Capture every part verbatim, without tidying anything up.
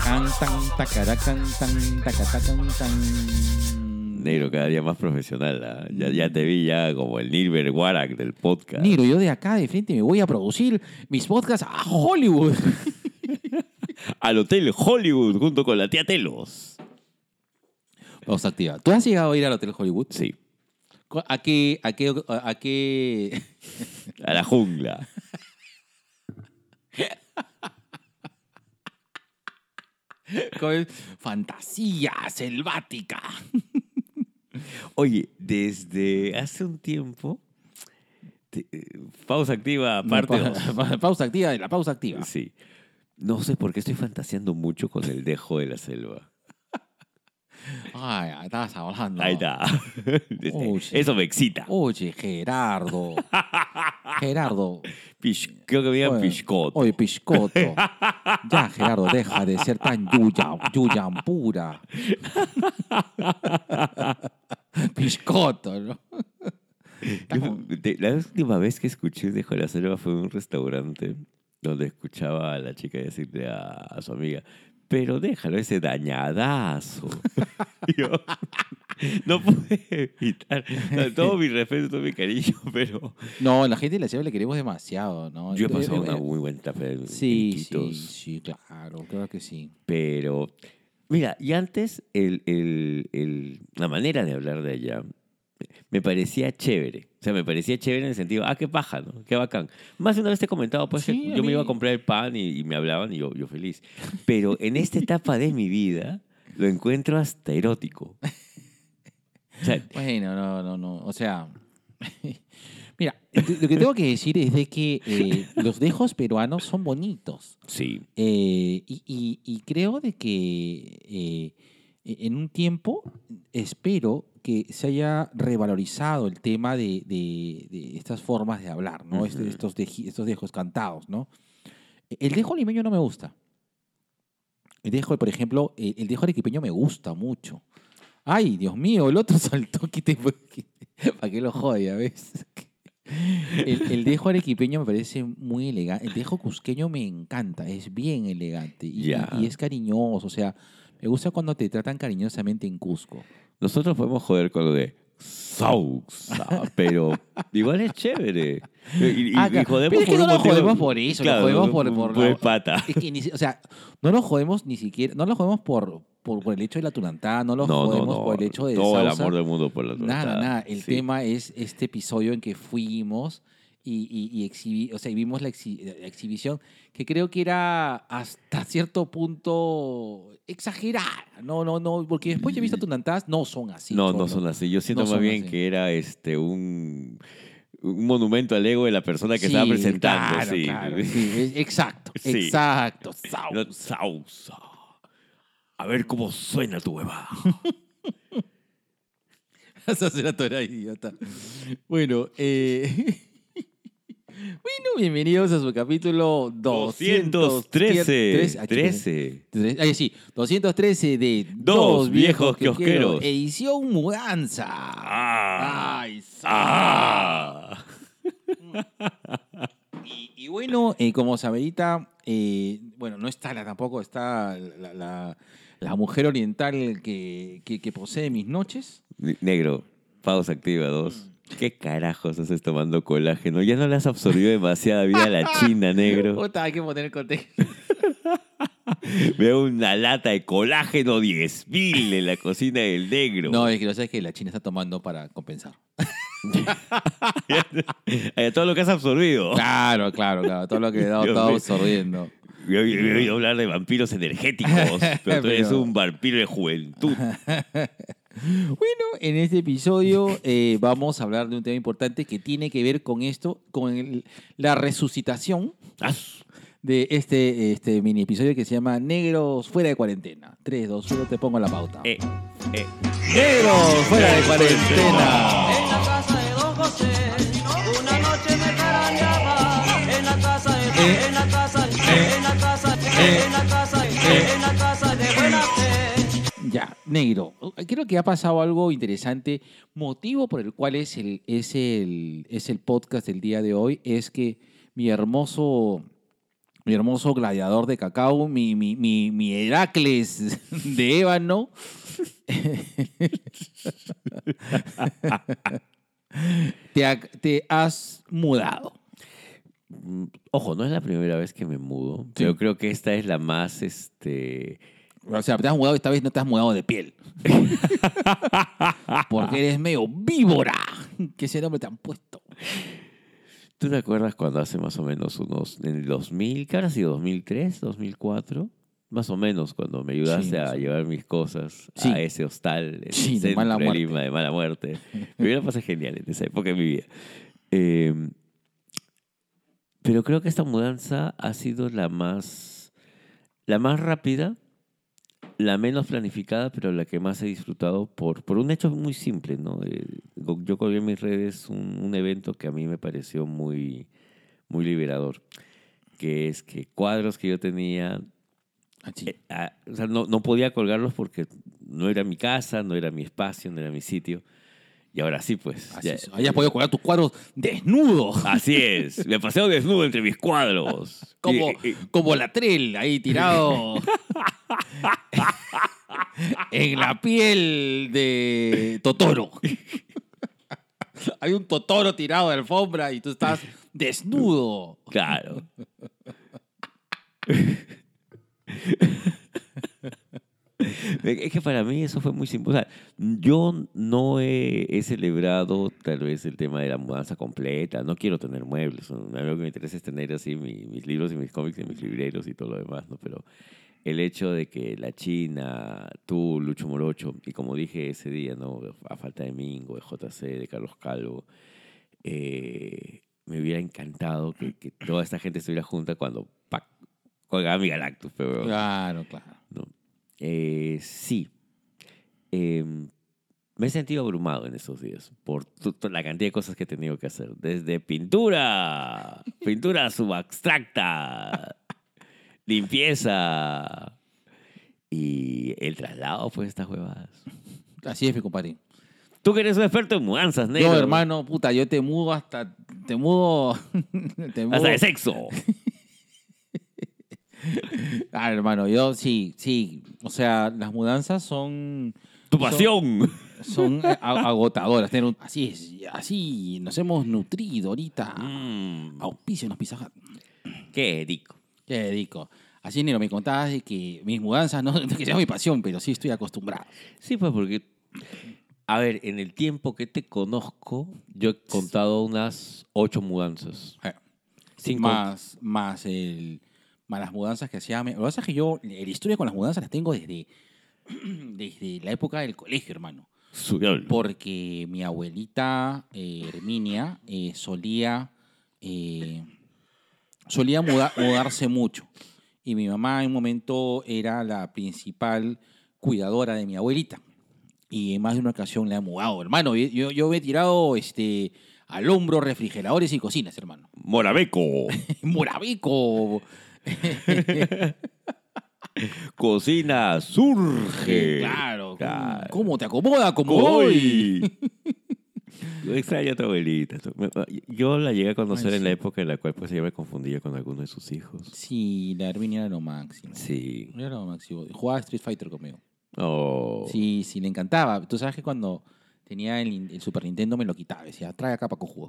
Tacan, tan, tacaracan, tan, tacatacan, tan. Negro, cada día más profesional. ¿Ah? Ya, ya te vi ya como el Nilber Warak del podcast. Negro, yo de acá de frente me voy a producir mis podcasts a Hollywood. Al Hotel Hollywood junto con la tía Telos. Pausa activa. ¿Tú has llegado a ir al Hotel Hollywood? Sí. ¿A qué? ¿A qué? ¿A qué? A la jungla. Con fantasía selvática. Oye, desde hace un tiempo... Te, pausa activa, parte Pa- dos. pa- pausa activa de la pausa activa. Sí. No sé por qué estoy fantaseando mucho con el dejo de la selva. Ay, estabas hablando. Ahí está. Oye. Eso me excita. Oye, Gerardo. Gerardo. Pish- creo que me digan Oye, piscoto. Oye, piscoto. Ya, Gerardo, deja de ser tan yuya, yuyampura. Piscoto, ¿no? Yo- de- la última vez que escuché el dejo de la selva fue en un restaurante donde escuchaba a la chica decirle a, a su amiga, pero déjalo ese dañadazo. Y yo no pude evitar. O sea, todo mi respeto, todo mi cariño, pero No, la gente de la selva le queremos demasiado, ¿no? yo he pasado Eh, una eh, muy buena etapa en Sí, en sí, Quitos. sí, claro, creo que sí. Pero, mira, y antes el, el- el- la manera de hablar de allá me parecía chévere. O sea, me parecía chévere en el sentido, ah, qué paja, ¿no? Qué bacán. Más de una vez te he comentado, pues, Sí, que a yo mí- me iba a comprar el pan y, y me hablaban y yo, yo feliz. Pero en esta etapa de mi vida lo encuentro hasta erótico. O sea, Bueno, no, no, no. O sea, mira, lo que tengo que decir es de que eh, los dejos peruanos son bonitos. sí. Eh, y, y- y creo de que eh, en un tiempo espero que se haya revalorizado el tema de, de- de estas formas de hablar, ¿no? Este- Ujú. estos, deji- estos dejos cantados, ¿no? El dejo limeño no me gusta. El dejo, por ejemplo, el, el dejo arequipeño me gusta mucho. Ay, Dios mío, el otro saltó. Que te, ¿Para qué lo jodia, ves? El, el dejo arequipeño me parece muy elegante. El dejo cusqueño me encanta, es bien elegante y, Ya. y- y es cariñoso. O sea, me gusta cuando te tratan cariñosamente en Cusco. Nosotros podemos joder con lo de sausa, pero igual es chévere. Y, y- Ah, y claro. jodemos Pero es que por no un lo motivo- jodemos por eso, Claro, lo jodemos por, por, por la- el pata. Es que ni si- o sea, no lo jodemos ni siquiera, no lo jodemos por, por, por el hecho de la tunantá, no lo No, no, jodemos no. por el hecho de Todo el Sausa. amor del mundo por la Nada, tortada. nada. El Sí. tema es este episodio en que fuimos y, y, y exhibi- o sea, y vimos la, exhi- la exhibición que creo que era hasta cierto punto exagerada. No, no, no, porque después ya he visto tunantás, no son así. No, cholo. no son así. Yo siento No más son bien así. que era este un, un monumento al ego de la persona que Sí, estaba presentando. claro, sí. claro, sí, es- exacto, Sí. exacto. No, Sausa. sausa. A ver cómo suena tu huevada. Vas a hacer atorar, idiota. Bueno, eh... bueno, bienvenidos a su capítulo doscientos trece. doscientos trece. Tres- Ay, sí, doscientos trece de Dos viejos kiosqueros. Edición mudanza. Ah. Ay, sí. Ah. Y, y bueno, eh, como saberita, eh, bueno, no está la tampoco, está la, la- la mujer oriental que, que, que posee mis noches. Negro, pausa activa dos. ¿Qué carajos haces tomando colágeno? Ya no le has absorbido demasiada vida a la china, negro. Puta, hay que poner el contexto. Veo una lata de colágeno diez mil en la cocina del negro. No, es que lo sabes que la China está tomando para compensar. Eh, Todo lo que has absorbido. Claro, claro, claro. Todo lo que he dado, Dios todo mío. absorbiendo. Yo he he oído hablar de vampiros energéticos, pero tú eres Pero- un vampiro de juventud. Bueno, en este episodio eh, vamos a hablar de un tema importante que tiene que ver con esto, con el- la resucitación Ah, de este, este mini episodio que se llama Negros fuera de cuarentena. tres, dos, uno, te pongo la pauta. eh, eh. Negros fuera de cuarentena. En la casa de Don José, una noche me carañaba. En la casa de, Eh. en la casa de, en la casa de, en la casa de, en la casa de buena fe. Ya, negro. Creo que ha pasado algo interesante. Motivo por el cual es el, es el, es el podcast del día de hoy es que mi hermoso Mi hermoso gladiador de cacao, mi, mi, mi, mi Heracles de ébano. te, ha- te has mudado. Mm, Ojo, no es la primera vez que me mudo, pero creo que esta es la más, este... O sea, te has mudado, esta vez no te has mudado de piel. Porque eres medio víbora. ¿Qué ese nombre te han puesto? ¿Tú te acuerdas cuando hace más o menos unos, en el dos mil, ¿qué habrá sido? ¿dos mil tres, dos mil cuatro? Más o menos, cuando me ayudaste Sí, a sí. llevar mis cosas Sí. a ese hostal en Sí, el de centro mala de muerte. Lima, de mala muerte. Me la pasé genial en esa época de mi vida. Eh, pero creo que esta mudanza ha sido la más, la más rápida, la menos planificada, pero la que más he disfrutado por, por un hecho muy simple, ¿no? Eh, yo colgué en mis redes un, un evento que a mí me pareció muy, muy liberador, que es que cuadros que yo tenía, Así. eh, ah, o sea, no, no podía colgarlos porque no era mi casa, no era mi espacio, no era mi sitio. Y ahora sí, pues. Así ya- es. Hayas podido colgar tus cuadros desnudos. Así es, me paseo desnudo entre mis cuadros. Como, Y- y- como Latrell, ahí tirado en la piel de Totoro. Hay un Totoro tirado de alfombra y tú estás desnudo. Claro. Es que para mí eso fue muy simple. O sea, yo no he, he celebrado tal vez el tema de la mudanza completa. No quiero tener muebles. ¿No? A mí lo que me interesa es tener así mi- mis libros y mis cómics y mis libreros y todo lo demás, ¿no? Pero el hecho de que la China, tú, Lucho Morocho, y como dije ese día, ¿no? A falta de Mingo, de J C, de Carlos Calvo, eh, me hubiera encantado que, que toda esta gente estuviera junta cuando ¡pac! Colgaba mi Galactus, pero Claro, claro. no. Eh, sí. Eh, me he sentido abrumado en estos días por tu- tu- la cantidad de cosas que he tenido que hacer. Desde pintura, pintura subabstracta, limpieza y el traslado, pues, estas huevadas. Así es, mi compadre. Tú que eres un experto en mudanzas, negro. Yo, hermano, puta, yo te mudo hasta... Te mudo... te mudo- Hasta de sexo. Ah, hermano, yo sí, sí. O sea, las mudanzas son... Tu pasión. Son a- agotadoras. Tener un- Así es, así nos hemos nutrido ahorita. Mm, Auspicio nos Pizza Hut. qué rico. Qué dedico. Así, Nero, me contabas de que mis mudanzas no no es que sea mi pasión, pero sí estoy acostumbrado. Sí, pues porque, a ver, en el tiempo que te conozco, yo he contado unas ocho mudanzas. Eh, Cinco. Más, más, el, más las mudanzas que hacía. Lo que pasa es que yo, la historia con las mudanzas las tengo desde, desde la época del colegio, hermano. Su diablo. Porque mi abuelita eh, Herminia eh, solía, eh, solía muda- mudarse mucho. Y mi mamá en un momento era la principal cuidadora de mi abuelita. Y en más de una ocasión le ha mudado, hermano. Yo, yo me he tirado este, al hombro refrigeradores y cocinas, hermano. Morabeco. Moravico. Cocina surge. Claro. Claro. ¿Cómo te acomoda? Como Hoy. hoy. Yo extraño a tu abuelita. Yo la llegué a conocer Ay, en la sí. época en la cual pues ella me confundía con alguno de sus hijos. Sí, la Herminia era lo máximo. Sí. Era lo máximo. Jugaba Street Fighter conmigo. Oh. Sí, sí, le encantaba. Tú sabes que cuando tenía el, el Super Nintendo me lo quitaba. Decía, trae acá para cojudo.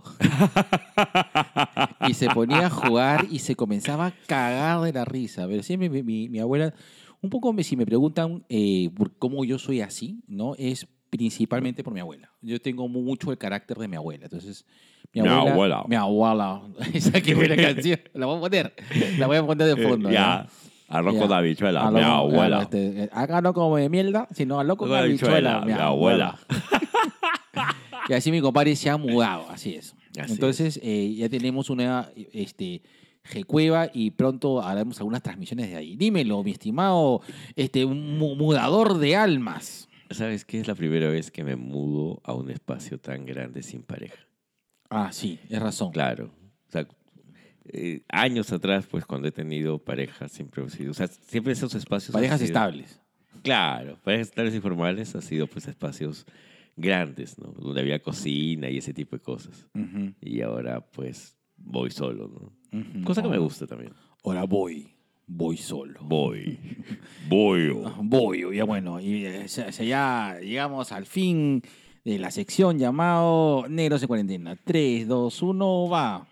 Y se ponía a jugar y se comenzaba a cagar de la risa. Pero siempre mi, mi- mi abuela, un poco me- si me preguntan eh, por cómo yo soy así, ¿no? Es principalmente por mi abuela. Yo tengo mu- mucho el carácter de mi abuela. Entonces, mi Mi abuela. abuela. Mi abuela. Esa que buena canción. La voy a poner. La voy a poner de fondo. Eh, ya. ¿no? Arroz Ya. con habichuela. Ah, Mi loco, abuela. claro, este, eh, acá no come mierda, sino al loco con Con habichuela, habichuela, mi mi abuela. abuela. Y así mi compadre se ha mudado, así es. Así Entonces eh, ya tenemos una este, G-Cueva y pronto haremos algunas transmisiones de ahí. Dímelo, mi estimado este, mu- mudador de almas. ¿Sabes qué? Es la primera vez que me mudo a un espacio tan grande sin pareja. Ah, sí, es razón. Claro. O sea, eh, años atrás, pues cuando he tenido pareja, siempre he sido. O sea, siempre esos espacios. han Parejas sido- estables. Claro, parejas estables y formales han sido pues espacios grandes, ¿no? Donde había cocina y ese tipo de cosas. Ujú. Y ahora, pues, voy solo, ¿no? Ujú. Cosa que me Ahora- gusta también. Ahora voy. Voy solo. Voy. Voy. Voy, ya bueno. Y eh, ya, ya- ya llegamos al fin de la sección llamado Negros de Cuarentena. tres, dos, uno, va.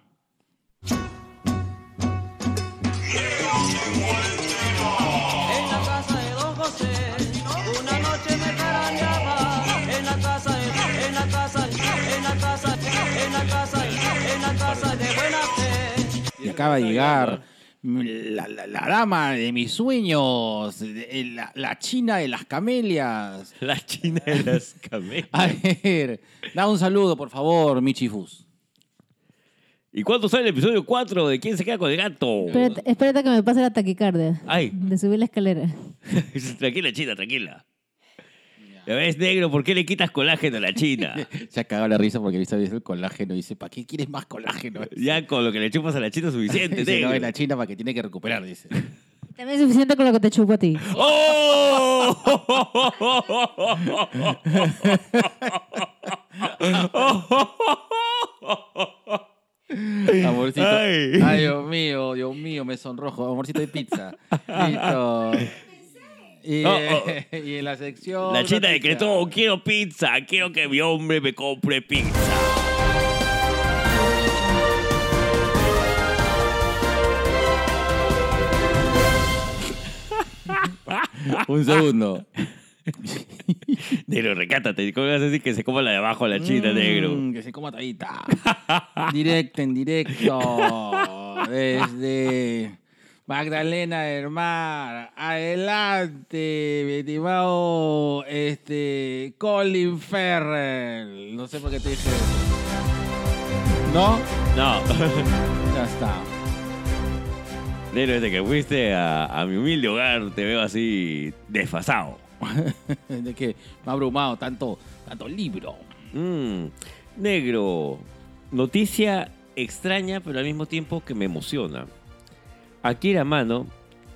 En la casa de Don José, una noche me carandeaba. En la casa de, en la casa, en la casa, en la casa, en la casa de buena fe. Y acaba de llegar la, la- la dama de mis sueños, de- la, la china de las camelias. La China de las camellas. A ver, da un saludo, por favor, Michifus. ¿Y cuándo sale el episodio cuatro de ¿Quién se queda con el gato? Espérate, espérate que me pase la taquicardia. Ay. De subir la escalera. Tranquila, China, tranquila. Ya ves, negro, ¿por qué le quitas colágeno a la China? Se ha cagado la risa porque viste el colágeno y dice, ¿para qué quieres más colágeno? Ya con lo que le chupas a la China es suficiente, Dice, no, negro. en la China para que tiene que recuperar, dice. También es suficiente con lo que te chupo a ti. ¡Oh! Amorcito. Ay. Ay. Dios mío, Dios mío, me sonrojo. Amorcito de pizza. Listo. Y, Oh, eh, y en la sección. La China noticias. decretó, quiero pizza, quiero que mi hombre me compre pizza. Un segundo. Negro, recátate. ¿Cómo vas a decir que se coma la de abajo a la China, Mm, negro? Que se coma todita. Directo, en directo. Desde Magdalena del Mar. Adelante, mi estimado este, Colin Farrell. No sé por qué te dije eso. ¿No? No. Ya está. Negro, desde que fuiste a, a mi humilde hogar te veo así desfasado. De que me ha abrumado tanto, tanto libro. Mm, negro, noticia extraña, pero al mismo tiempo que me emociona. Akira Mano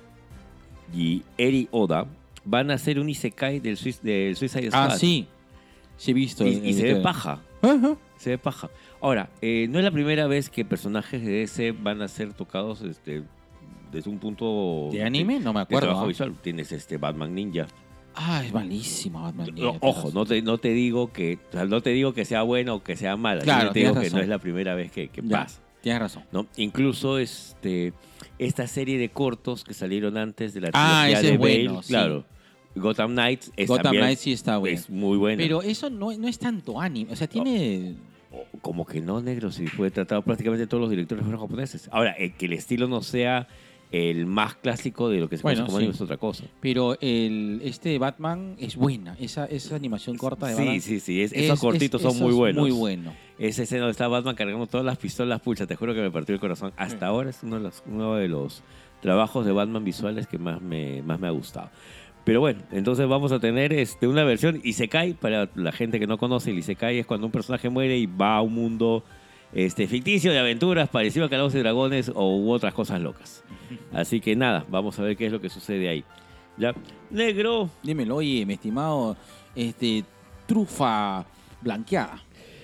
y Eri Oda van a hacer un isekai del, Swiss, del Suicide Squad. Ah, sí. Sí, he visto. Y, el- y el se ve trailer. paja. Ajá. Se ve paja. Ahora, eh, no es la primera vez que personajes de D C van a ser tocados este, desde un punto... ¿De anime? No me de acuerdo. trabajo ¿ah? visual. Tienes este Batman Ninja. Ah, es malísimo Batman. No, ojo, no te, no te digo que o sea, no te digo que sea buena o que sea mala. Claro, Yo te digo tienes que no razón. es la primera vez que, que Ya, pasa. tienes razón. ¿No? Incluso este, esta serie de cortos que salieron antes de la Ah, trilogía ese de es Bale, bueno, sí. claro. Gotham Knights es, Gotham también- Knights sí está bueno. es muy buena. Pero eso no, no es tanto anime. O sea, tiene... O- Como que no, negro, si fue tratado prácticamente todos los directores fueron japoneses. Ahora, eh, que el estilo no sea el más clásico de lo que se conoce Bueno, como sí. anime es otra cosa. Pero el, este Batman es buena. Esa, esa animación corta de Batman. Sí, sí, sí. es- es- esos cortitos es- son eso muy es buenos. muy bueno. Esa escena donde está Batman cargando todas las pistolas, pucha, te juro que me partió el corazón. Hasta ahora es uno de los, uno de los trabajos de Batman visuales que más me, más me ha gustado. Pero bueno, entonces vamos a tener este, una versión Isekai. Para la gente que no conoce, el Isekai es cuando un personaje muere y va a un mundo este, ficticio de aventuras parecido a Calabozos y Dragones o u otras cosas locas. Así que nada, vamos a ver qué es lo que sucede ahí. ¿Ya? Negro. Dímelo, oye, mi estimado este, trufa blanqueada.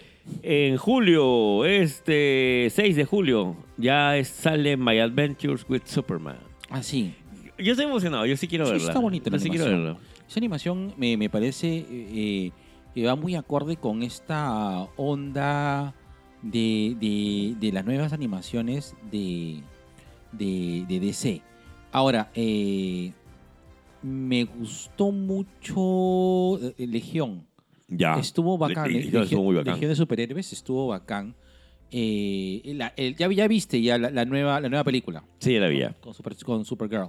En julio, este seis de julio, ya es- sale My Adventures with Superman. Ah, sí. Yo estoy emocionado, yo sí quiero Sí, verla. está bonita la Yo sí quiero animación. verla. Esa animación me, me parece eh, que va muy acorde con esta onda de, de- de las nuevas animaciones de, de, de D C. Ahora, eh, me gustó mucho eh, Legión. Ya. Estuvo bacán. Le- eh, Legión estuvo muy bacán. Legión de Superhéroes estuvo bacán. Eh, la- el- ya, ya viste ya la, la nueva, la nueva película Sí, ya la vi ya. con, Super, con Supergirl.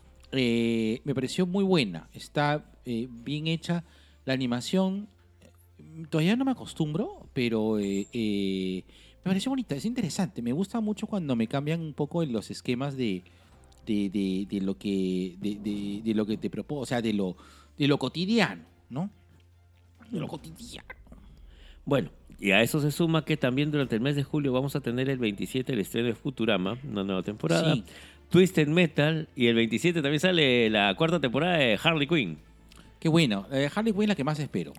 Eh, me pareció muy buena. Está eh, bien hecha. La animación, eh, todavía no me acostumbro, pero eh, eh, me pareció bonita. Es interesante. Me gusta mucho cuando me cambian un poco los esquemas de, de, de- de lo que de, de- de lo que te propongo. O sea, de lo, de lo cotidiano, ¿no? De lo cotidiano. Bueno, y a eso se suma que también durante el mes de julio vamos a tener el veintisiete el estreno de Futurama, una nueva temporada. Sí. Twisted Metal, y el veintisiete también sale la cuarta temporada de Harley Quinn. Qué bueno. Eh, Harley Quinn es la que más espero.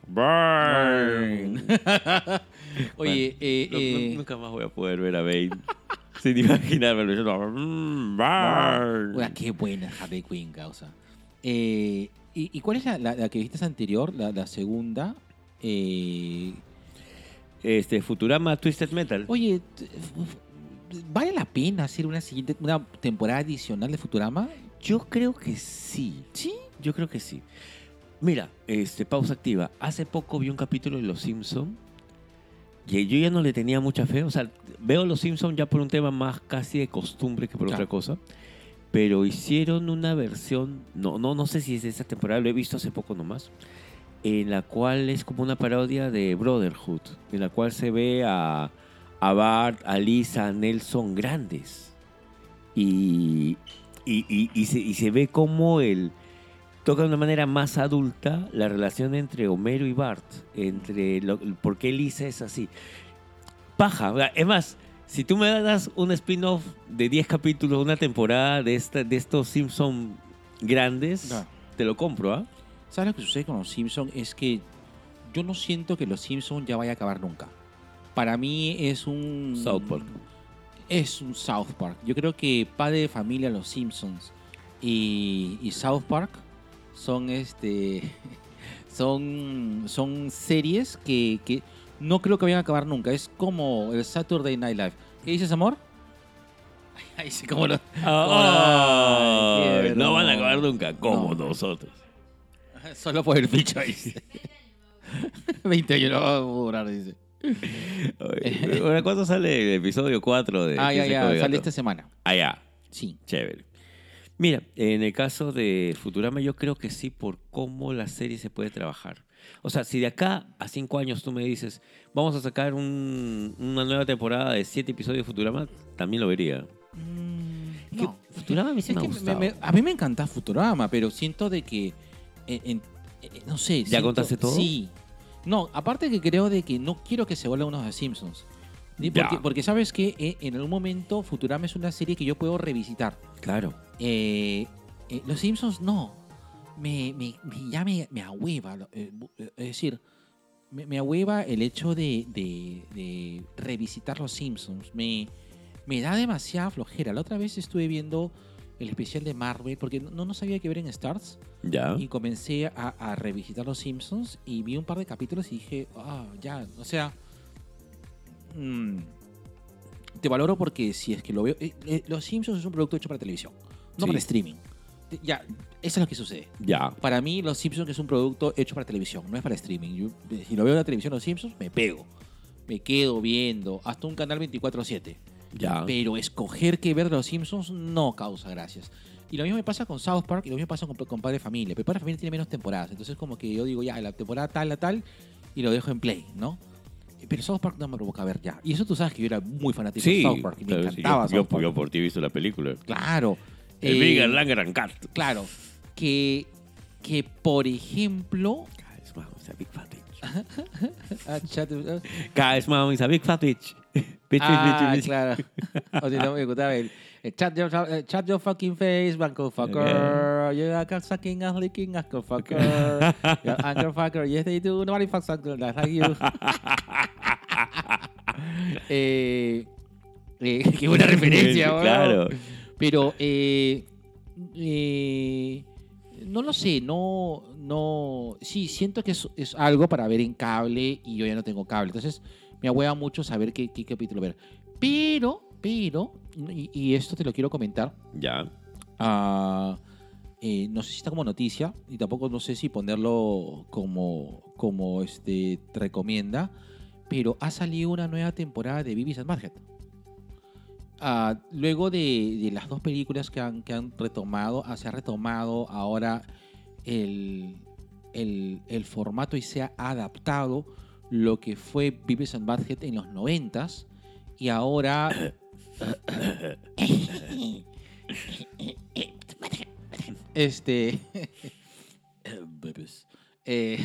Burn. Oye, eh, No- no- eh, nunca más voy a poder ver a Bane. Sin imaginármelo. Yo no, mm, bar. Oiga, qué buena Harley Quinn, causa. Eh, ¿y, y cuál es la, la- la que viste anterior? La, la segunda. Eh, Este, Futurama Twisted Metal. oye, t- ¿vale la pena hacer una siguiente, una temporada adicional de Futurama? Yo creo que sí. Sí. Yo creo que sí. Mira, este, pausa activa. Hace poco vi un capítulo de Los Simpson y yo ya no le tenía mucha fe. O sea, veo Los Simpson ya por un tema más casi de costumbre que por Claro. otra cosa. Pero hicieron una versión, no, no, no sé si es de esa temporada, lo he visto hace poco nomás, en la cual es como una parodia de Brotherhood, en la cual se ve a, a Bart, a Lisa, a Nelson grandes. Y, y, y, y se, y se ve como el toca de una manera más adulta la relación entre Homero y Bart, entre lo, por qué Lisa es así. Paja, o sea, es más, si tú me das un spin-off de diez capítulos, una temporada de, esta, de estos Simpson grandes, Claro. te lo compro, ¿ah? ¿Sabes lo que sucede con los Simpsons? Es que yo no siento que los Simpsons ya vaya a acabar nunca. Para mí es un... South Park. Es un South Park. Yo creo que Padre de Familia, los Simpsons y, y South Park son este son, son series que, que no creo que vayan a acabar nunca. Es como el Saturday Night Live. ¿Qué dices, amor? Ay, sí, cómo lo... Ay, Ay, qué no van a hermoso. acabar nunca, como No. nosotros. Solo por el bicho ahí. veinte años no va a durar, dice. Ay, Ahora, ¿cuándo sale el episodio cuatro de Ah, ya, Consejo ya. de Sale Gato? esta semana. Ah, ya. Sí. Chévere. Mira, en el caso de Futurama yo creo que sí por cómo la serie se puede trabajar. O sea, si de acá a cinco años tú me dices, vamos a sacar un- una nueva temporada de siete episodios de Futurama, también lo vería. Mm, que Futurama a mí sí Es me ha que gustado. me- a mí me encanta Futurama, pero siento de que... en- en- eh, no sé. ¿Ya siento- contaste todo? Sí. No, aparte que creo de que no quiero que se vuelva uno de Simpsons. Ni Ya. Porque, porque sabes que eh, en algún momento Futurama es una serie que yo puedo revisitar. Claro. Eh, eh, Los Simpsons no. Me, me, me- ya me, me ahueva. lo- eh, bu- eh, es decir, me, me ahueva el hecho de, de- de revisitar Los Simpsons. Me, me da demasiada flojera. La otra vez estuve viendo el especial de Marvel porque no, no sabía qué ver en Stars. Ya. Y comencé a, a revisitar Los Simpsons y vi un par de capítulos y dije, ah, ya, o sea, mm, te valoro porque si es que lo veo, eh, eh, Los Simpsons es un producto hecho para televisión, no Sí. para streaming. Te- Ya, eso es lo que sucede. Ya. Para mí, Los Simpsons es un producto hecho para televisión, no es para streaming. Yo, eh, si lo veo en la televisión, Los Simpsons, me pego. Me quedo viendo hasta un canal veinticuatro siete. Ya. Pero escoger qué ver de Los Simpsons no causa gracias. Y lo mismo me pasa con South Park y lo mismo me pasa con, con Padre Familia. Pero Padre Familia tiene menos temporadas. Entonces como que yo digo, ya, la temporada tal, la tal, y lo dejo en play, ¿no? Pero South Park no me provoca ver ya. Y eso tú sabes que yo era muy fanático Sí. de South Park y me claro, sí. encantaba Yo, South yo, Park. yo por ti he visto la película. Claro. El Eh, Big and Langer and Cat. Claro. Que, que por ejemplo... Guys, mom is a big fat bitch. ah, chat- ah, Guys, mom is a big fat bitch. Bitch, bitch, Ah, bitch, bitch. claro. O si no me gustaba el, el chat, your, eh, chat your fucking face, banco fucker. You're a sucking a licking a fucker. You're a anger fucker. Yes, they do. Nobody fucks uncle like you. eh, eh, qué buena referencia, weón. Claro. Pero, eh, eh, no lo sé, no, no, sí, siento que es, es algo para ver en cable y yo ya no tengo cable, entonces me ahueva mucho saber qué, qué capítulo ver. Pero, pero, y, y esto te lo quiero comentar, Ya. ah, eh, no sé si está como noticia y tampoco no sé si ponerlo como, como este, te recomienda, pero ha salido una nueva temporada de Beavis and Butthead. Ah, luego de, de las dos películas que han, que han retomado, ah, se ha retomado ahora el, el, el formato y se ha adaptado lo que fue Beavis and Butthead en los noventas y ahora este eh,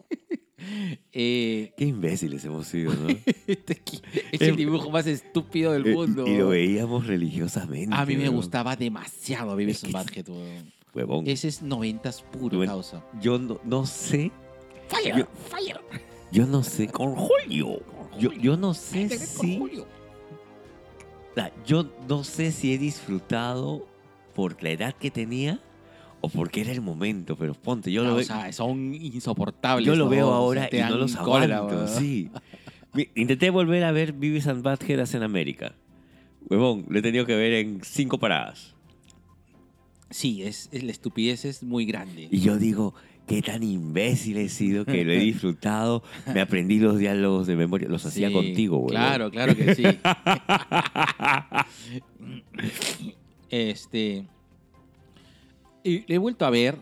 eh, Qué imbéciles hemos sido, ¿no? este es el dibujo más estúpido del mundo. Eh, Y lo veíamos religiosamente. A mí me weón. gustaba demasiado Beavis and Es Butthead, weón. Huevón. Ese es noventas puro, Bueno, causa. Yo no, no sé. Fire, yo- fire. Yo no sé. Con Julio. Yo, yo no sé si. sea, yo no sé si he disfrutado por la edad que tenía o porque era el momento, pero ponte, yo No, lo o veo. sea, son insoportables. Yo lo ¿no? veo O sea, ahora te y dan no los cólera, aguanto, weón. sí. Mi- Intenté volver a ver Beavis and Butthead Hacen América. Huevón, lo he tenido que ver en cinco paradas. Sí, es, es- la estupidez es muy grande. Y yo digo, qué tan imbécil he sido que lo he disfrutado. Me aprendí los diálogos de memoria. Los hacía Sí, contigo, huevón. Claro, claro que sí. Este. y He vuelto a ver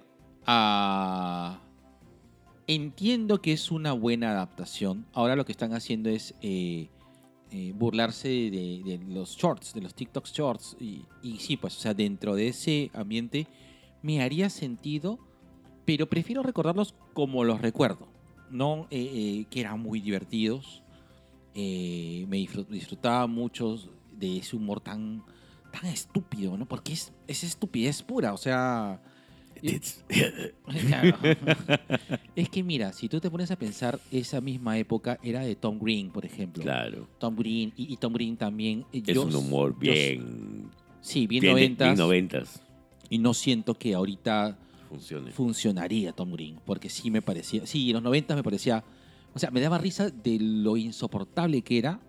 a. Entiendo que es una buena adaptación. Ahora lo que están haciendo es eh, eh, burlarse de, de los shorts, de los TikTok shorts. Y, y sí, pues, o sea, dentro de ese ambiente me haría sentido, pero prefiero recordarlos como los recuerdo, ¿no? Eh, eh, que eran muy divertidos. Eh, me disfrut- disfrutaba mucho de ese humor tan, tan estúpido, ¿no? Porque es, es estupidez pura, o sea... It's- Claro. Es que mira, si tú te pones a pensar, esa misma época era de Tom Green, por ejemplo. Claro. Tom Green, y, y Tom Green también... eh, Es yo- un humor yo- bien... sí, bien, bien de- noventas. bien noventas. Y no siento que ahorita Funcione. funcionaría Tom Green, porque sí me parecía... Sí, en los noventas me parecía... O sea, me daba risa de lo insoportable que era,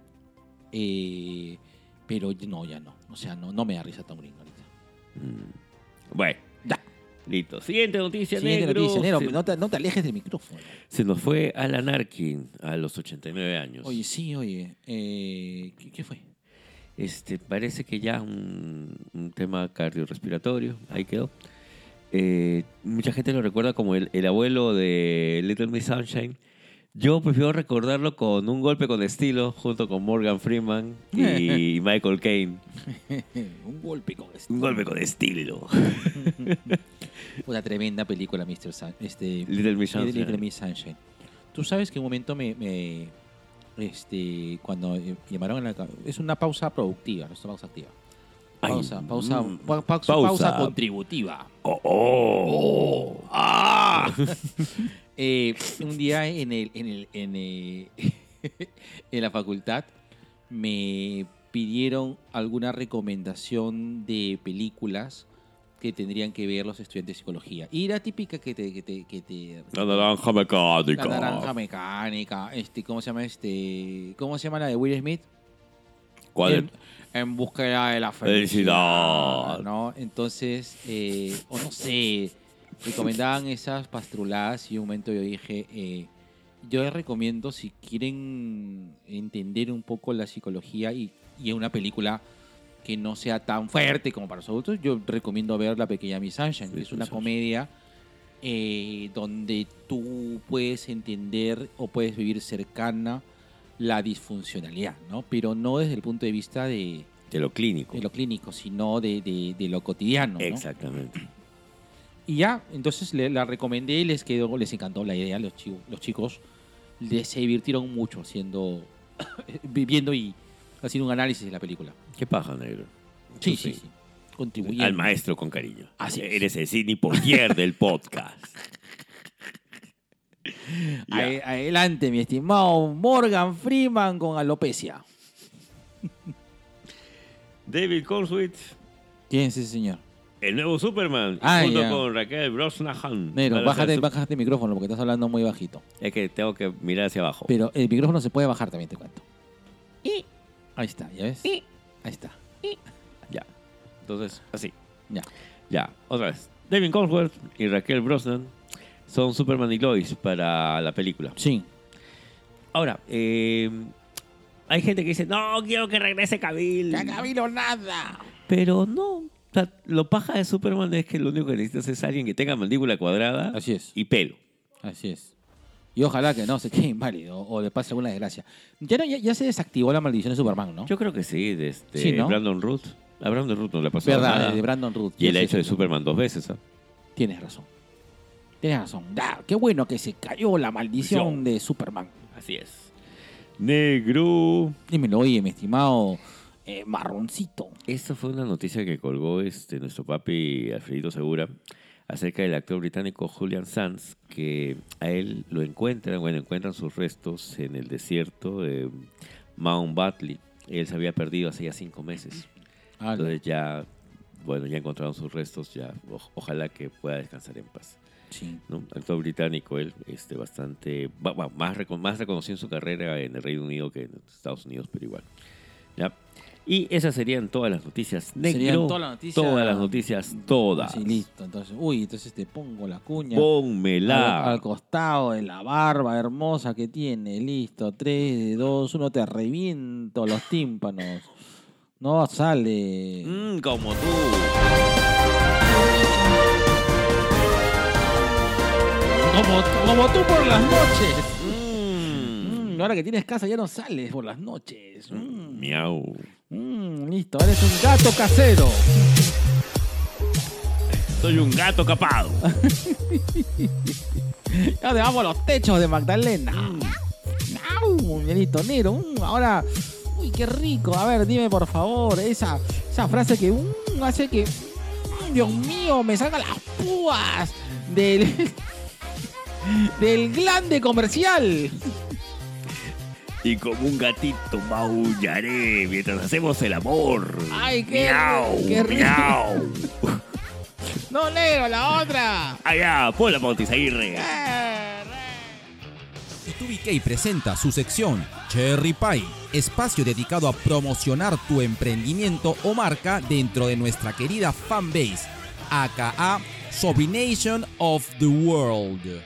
eh, pero no, ya no. O sea, no, no me da risa Tom Green ahorita. Mm. Bueno, Ya. listo. Siguiente noticia, Siguiente negro. noticia, negro, Se, no, te, no te alejes del micrófono. se nos fue Alan Arkin a los ochenta y nueve años. Oye, sí, oye. eh, ¿qué, qué fue? Este, parece que ya un, un tema cardiorrespiratorio, ahí quedó. Eh, mucha gente lo recuerda como el, el abuelo de Little Miss Sunshine. Yo prefiero recordarlo con Un golpe con estilo, junto con Morgan Freeman y Michael Caine. Un golpe con esto. Un golpe con estilo. Una tremenda película, mister Sun, este, Little Miss Sunshine. Little Miss Sunshine. Tú sabes que en un momento me... me, este, cuando eh, llamaron a la... Es una pausa productiva, no es una pausa activa. Ay, Pausa, pausa, mm, pa- pausa, pausa. pausa contributiva. Oh, oh. ¡Ah! Eh, un día en, el, en, el, en, el- en la facultad me pidieron alguna recomendación de películas que tendrían que ver los estudiantes de psicología. Y la típica que te... Que te, que te La naranja mecánica. la naranja mecánica. Este, ¿Cómo se llama este? ¿Cómo se llama la de Will Smith? ¿Cuál es? En, en búsqueda de la Felicidad. felicidad, ¿no? Entonces, eh, o no sé, recomendaban esas pastruladas y en un momento yo dije, eh, yo les recomiendo si quieren entender un poco la psicología y, y una película que no sea tan fuerte como para los adultos, yo recomiendo ver La Pequeña Miss Sunshine, que es una comedia eh, donde tú puedes entender o puedes vivir cercana la disfuncionalidad, ¿no? Pero no desde el punto de vista de, De lo clínico. de lo clínico, sino de, de- de lo cotidiano, ¿no? Exactamente. Y ya, entonces le- la recomendé y les quedó, les encantó la idea, los, chi- los chicos les se divirtieron mucho haciendo, viviendo y haciendo un análisis de la película. ¿Qué paja, negro? Sí, Tú sí, sí. Contribuyendo. Al maestro con cariño. Así es. Eres el Sidney Poitier del podcast. Ya. Ade- Adelante, mi estimado Morgan Freeman con alopecia. David Cornswit, ¿Quién es ese señor? el nuevo Superman, Ah, junto ya. con Raquel Brosnahan. Negro, Van a bájate, ser su- bájate el micrófono porque estás hablando muy bajito. Es que tengo que mirar hacia abajo. Pero el micrófono se puede bajar también, te cuento. Y ahí está, ¿ya ves? Ahí está. Ya. Entonces, así. Ya. Ya, otra vez. David Cornsworth y Raquel Brosnan son Superman y Lois para la película. Sí. Ahora, eh, hay gente que dice, no, quiero que regrese Cavill. ¡Cagabilo nada! Pero no. O sea, lo paja de Superman es que lo único que necesitas es alguien que tenga mandíbula cuadrada Así es. y pelo. Así es. Y ojalá que no se quede inválido o le pase alguna desgracia. Ya, no, ya, ya se desactivó la maldición de Superman, ¿no? Yo creo que sí, de este Sí, ¿no? Brandon Root. A Brandon Root no le pasó Verdad, nada. de Brandon Root. Y él Ya ha sé hecho de eso. Superman dos veces. ¿ah? Tienes razón. Tienes razón. Da, qué bueno que se cayó la maldición Maldición. de Superman. Así es. Negro. Dímelo, oye, mi estimado eh, marroncito. Esta fue una noticia que colgó este, nuestro papi Alfredito Segura acerca del actor británico Julian Sands, que a él lo encuentran, bueno, encuentran sus restos en el desierto de Mount Batley, Él se había perdido hace ya cinco meses. Ah, Entonces ya, bueno, ya encontraron sus restos, ya o- ojalá que pueda descansar en paz. sí. ¿No? Actor británico, él, este, bastante, va- va, más, reco- más reconocido en su carrera en el Reino Unido que en Estados Unidos, pero igual. ¿Ya? Y esas serían todas las noticias. Negro, Serían todas las noticias. todas las noticias, todas. Sí, listo. Entonces, uy, entonces te pongo la cuña. Pónmela. Al, al costado de la barba hermosa que tiene. Listo. tres, dos, uno. Te reviento los tímpanos. No sale. Mm, como tú. Como, como tú por las noches. Mm. Mm, ahora que tienes casa ya no sales por las noches. Mm, Miau. mm, listo. Eres un gato casero. Soy un gato capado. Ya debajo los techos de Magdalena. Au, Listo, negro. Mm, ahora, uy, qué rico. A ver, dime por favor, esa, esa frase que mm, hace que, mm, Dios mío, me saca las púas del, del glande comercial. Y como un gatito maullaré mientras hacemos el amor. Ay, qué- miau, qué rico. miau. No, negro, la otra. Allá, Paula Montizaguirre. Eh, two B K presenta su sección Cherry Pie, espacio dedicado a promocionar tu emprendimiento o marca dentro de nuestra querida fanbase, aka Sobrination of the World.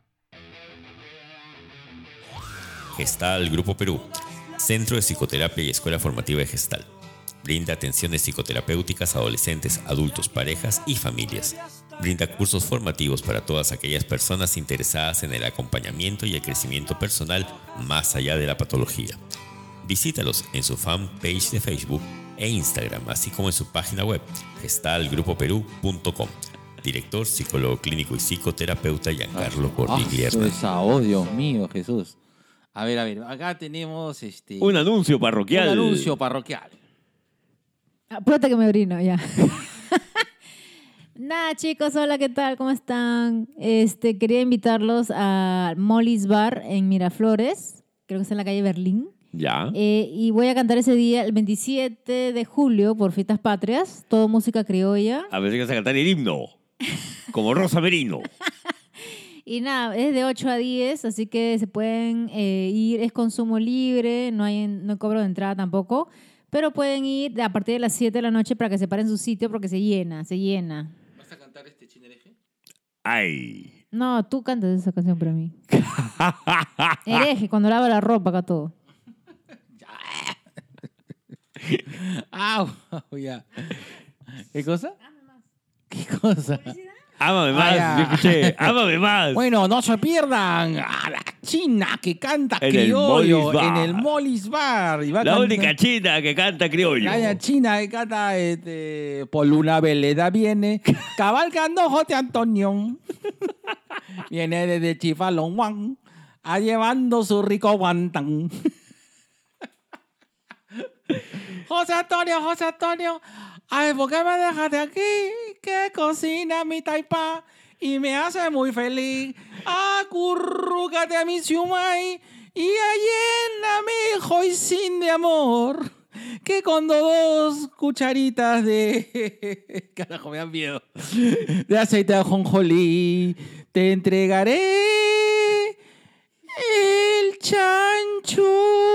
Gestal Grupo Perú, Centro de Psicoterapia y Escuela Formativa de Gestal. Brinda atenciones psicoterapéuticas a adolescentes, adultos, parejas y familias. Brinda cursos formativos para todas aquellas personas interesadas en el acompañamiento y el crecimiento personal más allá de la patología. Visítalos en su fanpage de Facebook e Instagram, así como en su página web gestal grupo perú punto com. Director, psicólogo clínico y psicoterapeuta Giancarlo Ah, Cordiglierna. esa, oh, Dios mío, Jesús. A ver, a ver, acá tenemos este Un anuncio parroquial. un anuncio parroquial. Apúrate que me orino, ya. Nada, chicos, hola, ¿qué tal? ¿Cómo están? Este, quería invitarlos a Molly's Bar en Miraflores, creo que está en la calle Berlín. Ya. Eh, y voy a cantar ese día, el veintisiete de julio, por Fiestas Patrias, todo música criolla. A ver si vas a cantar el himno. Como Rosa Merino. Y nada, es de ocho a diez, así que se pueden eh, ir, es consumo libre, no hay, no hay cobro de entrada tampoco, pero pueden ir a partir de las siete de la noche para que se paren su sitio porque se llena, se llena. ¿Vas a cantar este chinereje? Ay. No, tú cantas esa canción para mí. Hereje, cuando lava la ropa acá todo. Ah, ya. ¿Qué cosa? ¿Qué cosa? Ámame más, Ah, ya. yo escuché. Ámame más. Bueno, no se pierdan a la china que canta En el criollo Molly's Bar. en el Molly's Bar. Y va a La cantar- única china que canta criollo. La china que canta este, por una veleda viene cabalgando José Antonio. Viene desde Chifalonguán a llevando su rico guantán. José Antonio, José Antonio, ay, ¿por qué me dejaste aquí? Que cocina mi taipa y me hace muy feliz. Acurrúcate a mi siumay y lléname joicín de amor. Que con dos cucharitas de... Carajo, me dan miedo. De aceite de ajonjolí te entregaré el chancho.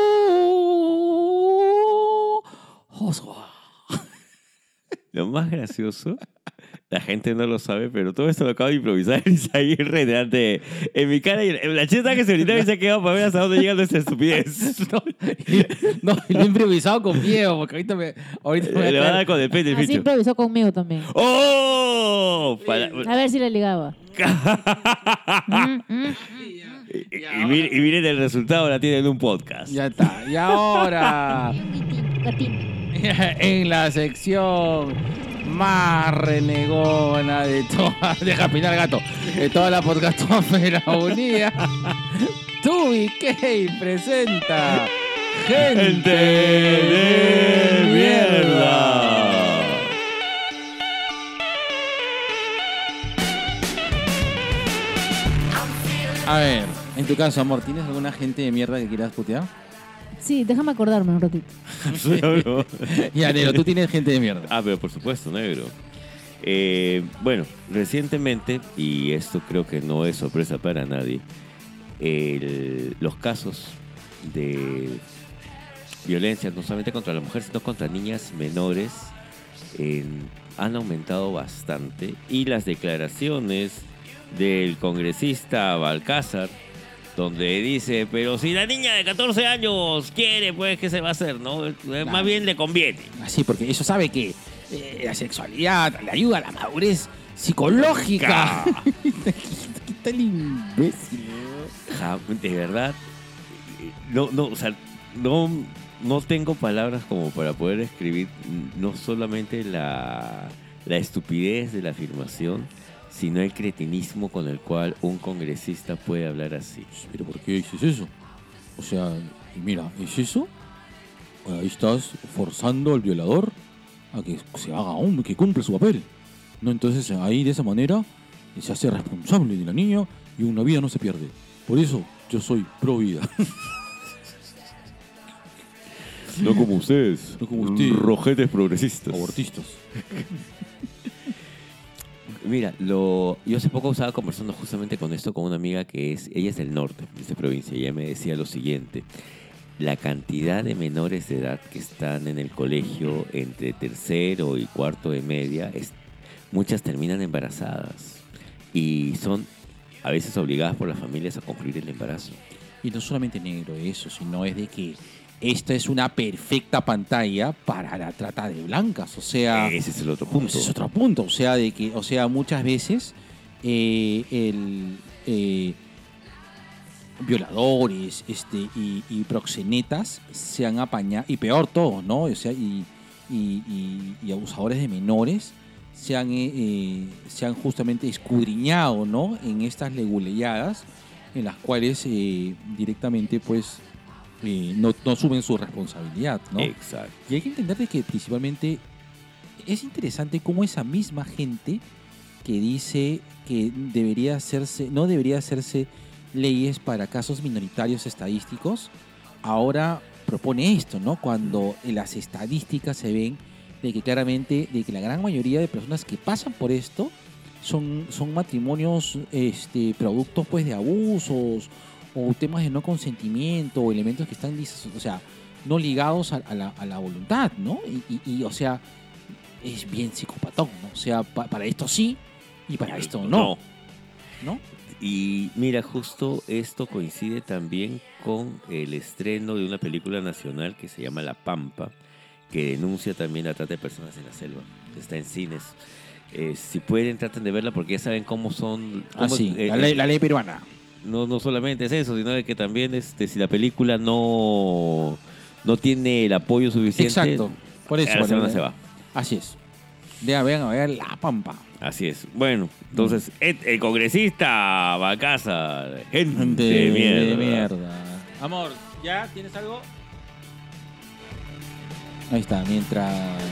Josué. Lo más gracioso, la gente no lo sabe, pero todo esto lo acabo de improvisar Isaguirre delante en mi cara. Y la cheta que se gritaba y se ha quedado para ver hasta dónde llega nuestra estupidez. No, y- no, y lo he improvisado con miedo, porque ahorita me, ahorita me Le va a dar con el pene el Así bicho. improvisó conmigo también. ¡Oh! Para- A ver si le ligaba. Mm, mm. y, y miren, y miren el resultado, la tienen en un podcast. Ya está. Y ahora, Gatín. en la sección más renegona de toda... Deja pinar gato. De toda la podcastofera unida. two B K presenta... ¡Gente de mierda! A ver, en tu caso, amor, ¿tienes alguna gente de mierda que quieras putear? Sí, déjame acordarme un ratito. Pero- Ya, negro, tú tienes gente de mierda. Ah, pero por supuesto, negro. Eh, bueno, recientemente, y esto creo que no es sorpresa para nadie, el- los casos de violencia, no solamente contra la mujer, sino contra niñas menores, en- han aumentado bastante. Y las declaraciones del congresista Balcázar, donde dice, pero si la niña de catorce años quiere, pues, ¿qué se va a hacer? ¿No? Eh, Más bien le conviene. Así, porque eso sabe que eh, la sexualidad le ayuda a la madurez psicológica. ¿Qué tal imbécil? Ja, de verdad, no, no, o sea, no, no tengo palabras como para poder escribir no solamente la, la estupidez de la afirmación, sino el cretinismo con el cual un congresista puede hablar así. ¿Pero por qué dices eso? O sea, mira, ¿es eso? Ahí estás forzando al violador a que se haga hombre, que cumpla su papel. No, entonces ahí de esa manera se hace responsable de la niña y una vida no se pierde. Por eso yo soy pro vida. No como ustedes, No como usted. rojetes progresistas. Abortistas. Mira, lo, yo hace poco estaba conversando justamente con esto con una amiga que es, ella es del norte, de esta provincia, y ella me decía lo siguiente: la cantidad de menores de edad que están en el colegio entre tercero y cuarto de media, es, muchas terminan embarazadas y son a veces obligadas por las familias a concluir el embarazo. Y no solamente negro eso, sino es de que esta es una perfecta pantalla para la trata de blancas. O sea, Ese es el otro punto. ese es otro punto. O sea, de que, o sea, muchas veces eh, el eh, violadores, este, y, y proxenetas se han apañado, y peor todos, ¿no? O sea, y, y, y- y abusadores de menores se han, eh, eh, se han justamente escudriñado, ¿no? En estas leguleyadas en las cuales eh, directamente, pues, eh, no, no asumen su responsabilidad, ¿no? Exacto. Y hay que entender de que principalmente es interesante cómo esa misma gente que dice que debería hacerse, no debería hacerse leyes para casos minoritarios estadísticos, ahora propone esto, ¿no? Cuando en las estadísticas se ven de que claramente, de que la gran mayoría de personas que pasan por esto son, son matrimonios, este, productos pues de abusos o temas de no consentimiento o elementos que están, dis- o sea, no ligados a, a la, a la voluntad, ¿no? Y, y- y, o sea, es bien psicopatón, ¿no? O sea, pa- para esto sí y para esto no, ¿no? Y mira, justo esto coincide también con el estreno de una película nacional que se llama La Pampa, que denuncia también la trata de personas en la selva. Está en cines. Eh, si pueden, traten de verla porque ya saben cómo son... Ah, cómo- sí, eh, la, ley, la ley peruana. no, no solamente es eso, sino de que también este, si la película no, no tiene el apoyo suficiente... Exacto, por eso. a la semana bueno, se va. Así es. Vean, vean a ver La Pampa. Así es. Bueno, entonces, el, el congresista Balcázar, gente, Gente de mierda. de mierda. Amor, ¿ya tienes algo? Ahí está, mientras...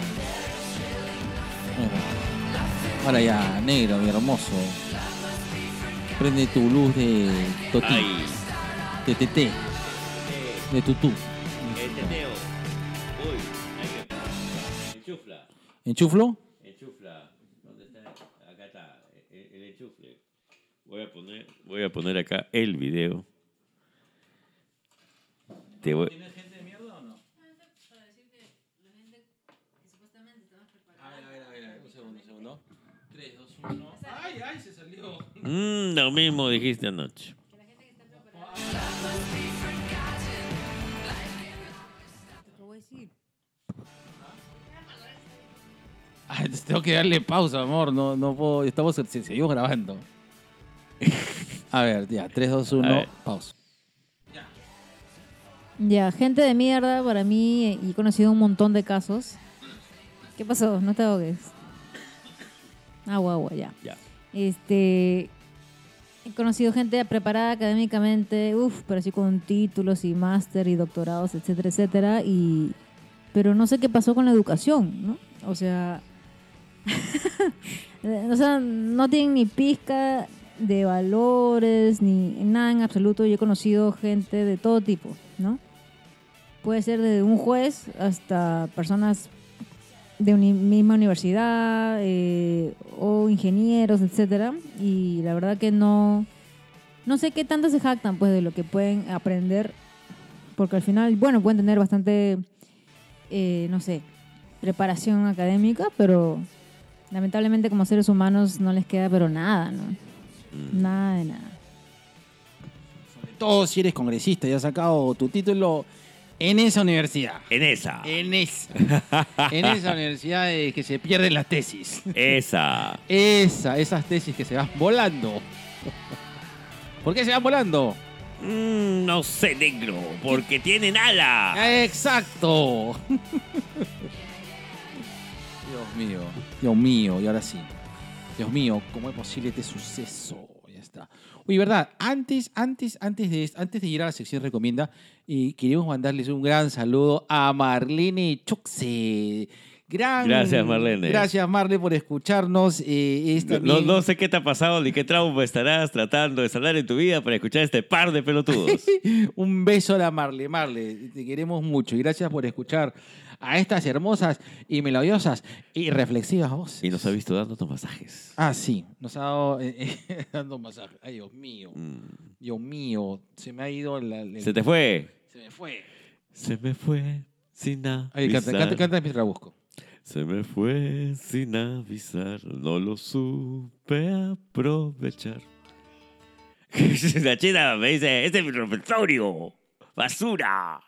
Bueno. Ahora ya, negro, mi hermoso. Prende tu luz de totí, Ay, de teté, de tutú. el teteo. Uy, hay que... Enchufla, ¿Enchuflo? enchufla. ¿Dónde está? Acá está, el, el enchufle. Voy a poner, voy a poner acá el video. Te voy... ¿Tienes gente de mierda o no? A ver, a ver, a ver, a ver, un segundo, un segundo. tres, dos, uno. ¡Ay, ay, se salió! Mm, lo mismo dijiste anoche. Ah, entonces tengo que darle pausa, amor. No, no puedo. Estamos, se- seguimos grabando. A ver, ya, tres, dos, A uno, ver. pausa. Ya, gente de mierda, para mí, eh, y he conocido un montón de casos. ¿Qué pasó? No te ahogues. Agua, agua, ya. Ya. Este, he conocido gente preparada académicamente, uff, pero así con títulos y máster y doctorados, etcétera, etcétera. Y, pero no sé qué pasó con la educación, ¿no? O sea, o sea, no tienen ni pizca de valores, ni nada en absoluto. Yo he conocido gente de todo tipo, ¿no? Puede ser desde un juez hasta personas de una misma universidad eh, o ingenieros, etcétera. Y la verdad que no, no sé qué tanto se jactan pues de lo que pueden aprender, porque al final, bueno, pueden tener bastante, eh, no sé, preparación académica, pero lamentablemente como seres humanos no les queda pero nada, ¿no? Mm. Nada de nada. Sobre todo si eres congresista y has sacado tu título en esa universidad. En esa. En esa. En esa universidad de que se pierden las tesis. Esa. Esa, esas tesis que se van volando. ¿Por qué se van volando? Mm, no sé, negro, porque tienen ala. Exacto. Dios mío, Dios mío, y ahora sí. Dios mío, ¿cómo es posible este suceso? Ya está. Oye, verdad, antes, antes, antes de, antes de ir a la sección recomienda, eh, queremos mandarles un gran saludo a Marlene Choxe. Gran, Gracias, Marlene. Gracias, Marlene, por escucharnos. Eh, es No, también- no sé qué te ha pasado ni qué trauma estarás tratando de sanar en tu vida para escuchar este par de pelotudos. Un beso a la Marle. Marle, te queremos mucho y gracias por escuchar a estas hermosas y melodiosas y reflexivas voces. Y nos ha visto dándonos masajes. Ah, sí, nos ha dado eh, eh, dando masaje. Ay, Dios mío, Mm. Dios mío, se me ha ido la, el- Se te fue. Se me fue. Se me fue sin avisar. Ay, canta, canta, canta mientras la busco. Se me fue sin avisar. No lo supe aprovechar. La china me dice, este es mi repertorio. Basura.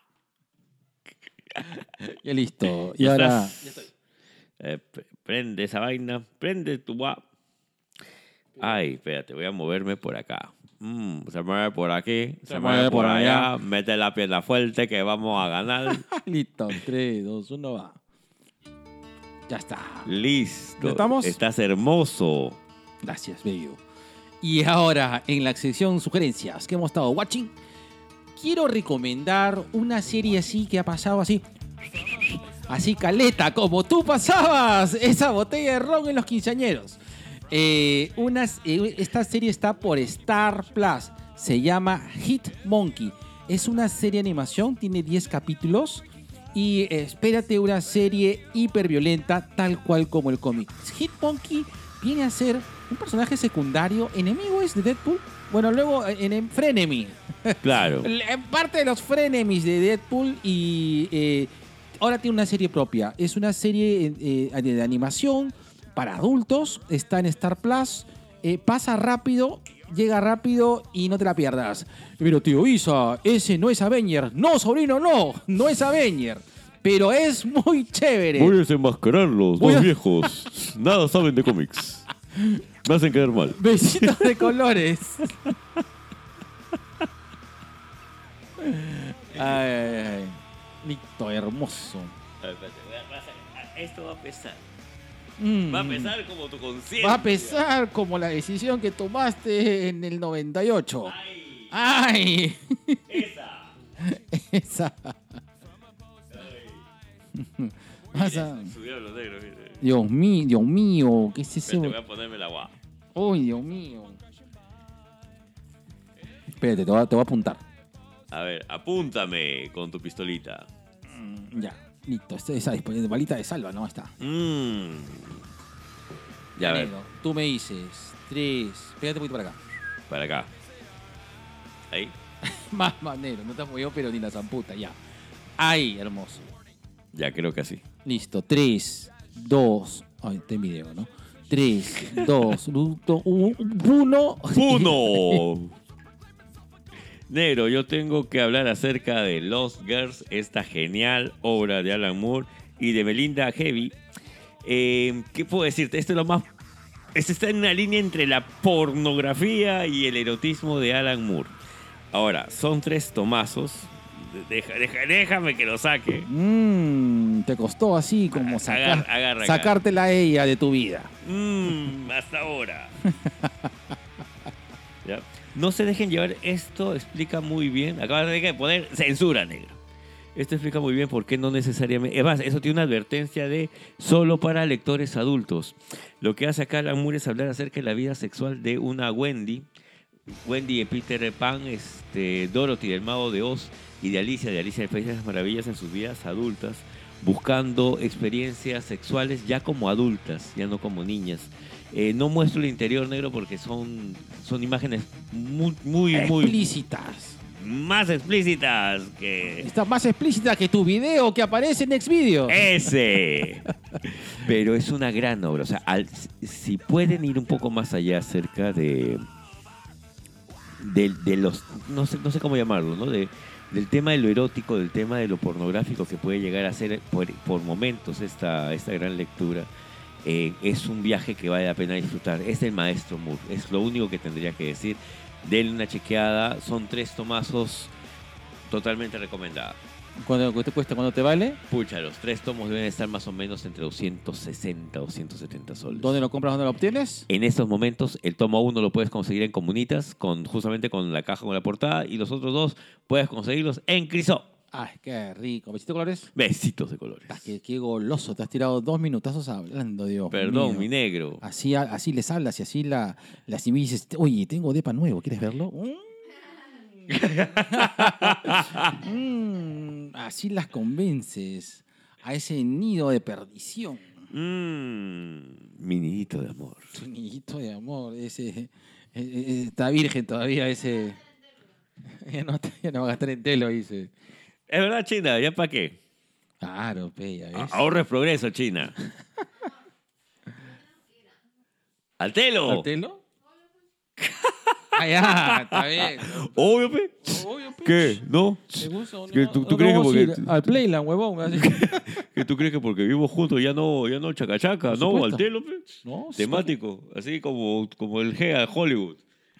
Ya listo. Y ¿Ya ahora. estás? Eh, p- prende esa vaina. Prende tu guap. Ay, espérate, voy a moverme por acá. Mm, se mueve por aquí, se, mueve por allá. Mete la pierna fuerte que vamos a ganar. Listo, tres, dos, uno, va. Ya está. Listo. ¿Ya estamos? Estás hermoso. Gracias, bello. Y ahora, en la sección sugerencias que hemos estado watching, quiero recomendar una serie así que ha pasado así. Así caleta, como tú pasabas esa botella de ron en los quinceañeros. Eh, unas, eh, esta serie está por Star Plus. Se llama Hit Monkey. Es una serie de animación, tiene diez capítulos. Y eh, espérate una serie hiperviolenta, tal cual como el cómic. Hit Monkey viene a ser un personaje secundario, enemigo es de Deadpool. Bueno, luego eh, en, en Frenemy. Claro. En parte de los frenemies de Deadpool y eh, ahora tiene una serie propia. Es una serie eh, de, de animación para adultos. Está en Star Plus. Eh, pasa rápido, llega rápido y no te la pierdas. Pero tío Isa, ese no es Avenger. No, sobrino, no. No es Avenger. Pero es muy chévere. Voy a desenmascararlos, Voy dos a- viejos. Nada saben de cómics. Me hacen quedar mal. Besitos de colores. Ay, ay, ay. Listo, hermoso. Esto va a pesar. Mm. Va a pesar como tu conciencia. Va a pesar como la decisión que tomaste en el noventa y ocho. Ay, ¡Ay! esa. Esa. Vas a- Subieron los negros. mire. Dios mío, Dios mío, ¿qué es Espérate, voy eso? a ponerme la guapa. ¡Uy, Dios mío! Espérate, te voy a, te voy a apuntar. A ver, apúntame con tu pistolita. Mm, ya, listo. Esa, esa disponible balita de salva, ¿no? Está. Mmm. Ya, a ver, Negro, tú me dices tres. Pégate un poquito para acá. para acá. Ahí. Más, más negro, no te has movido, pero ni la zamputa, ya. Ahí, hermoso. Ya, creo que así. Listo, tres, dos. Ay, está en video, ¿no? tres, dos, uno. ¡Uno! Negro, yo tengo que hablar acerca de Lost Girls, esta genial obra de Alan Moore y de Melinda Heavy. Eh, ¿Qué puedo decirte? Esto es lo más... Esto está en una línea entre la pornografía y el erotismo de Alan Moore. Ahora, son tres tomazos. Deja- deja- déjame que lo saque. Mmm, te costó así como sacar, Agarra, agarra acá. sacártela a ella de tu vida. Mmm, hasta ahora. ¿Ya? No se dejen llevar. Esto explica muy bien. Acabas de poner censura, negro. Esto explica muy bien por qué no necesariamente... Es más, eso tiene una advertencia de solo para lectores adultos. Lo que hace acá Alan Moore es hablar acerca de la vida sexual de una Wendy, Wendy de Peter Pan, este, Dorothy del Mago de Oz y de Alicia, de Alicia del País de las Maravillas en sus vidas adultas, buscando experiencias sexuales ya como adultas, ya no como niñas. Eh, no muestro el interior negro porque son, son imágenes muy, muy, muy Explícitas. más explícitas que Está más explícita que tu video que aparece en Xvideos. ese. Pero es una gran obra. O sea, al- si pueden ir un poco más allá acerca de de, de los, no sé, no sé cómo llamarlo, ¿no? De, del tema de lo erótico, del tema de lo pornográfico que puede llegar a ser por, por momentos esta, esta gran lectura. Eh, es un viaje que vale la pena disfrutar. Es del maestro Moore, es lo único que tendría que decir. Denle una chequeada, son tres tomazos totalmente recomendados. ¿Cuánto te cuesta? ¿Cuánto te vale? Pucha, los tres tomos deben estar más o menos entre doscientos sesenta o doscientos setenta soles. ¿Dónde lo compras? ¿Dónde lo obtienes? En estos momentos, el tomo uno lo puedes conseguir en Comunitas, con, justamente con la caja con la portada, y los otros dos puedes conseguirlos en Crisó. Ay, qué rico. ¿Besito colores? Besitos de colores. Ah, qué, qué goloso. Te has tirado dos minutazos hablando, Dios Perdón, mío. mi negro. Así, así les hablas y así la, la así me dices, oye, tengo depa nuevo, ¿quieres verlo? Mm. Mm, así las convences a ese nido de perdición. Mmm, mi nidito de amor. Tu nidito de amor, ese eh, eh, está virgen todavía, ese. Ya no, ya no va a gastar en telo, dice. Es verdad, China, ¿ya para qué? Claro, pe, ya ves. Ahorro es progreso, China. ¡Al telo! ¿Al telo? Ah, ya, está bien. Obvio, pe. Obvio, pe. ¿Qué? ¿No? ¿Te gusta o no? ¿Que tú, tú No crees que vamos a porque, ir al Playland, huevón. así. que tú crees que porque vivimos juntos ya no, ya no chacachaca? Por No, supuesto. al telo, pe. No, sí. Temático, así como, como el G a Hollywood.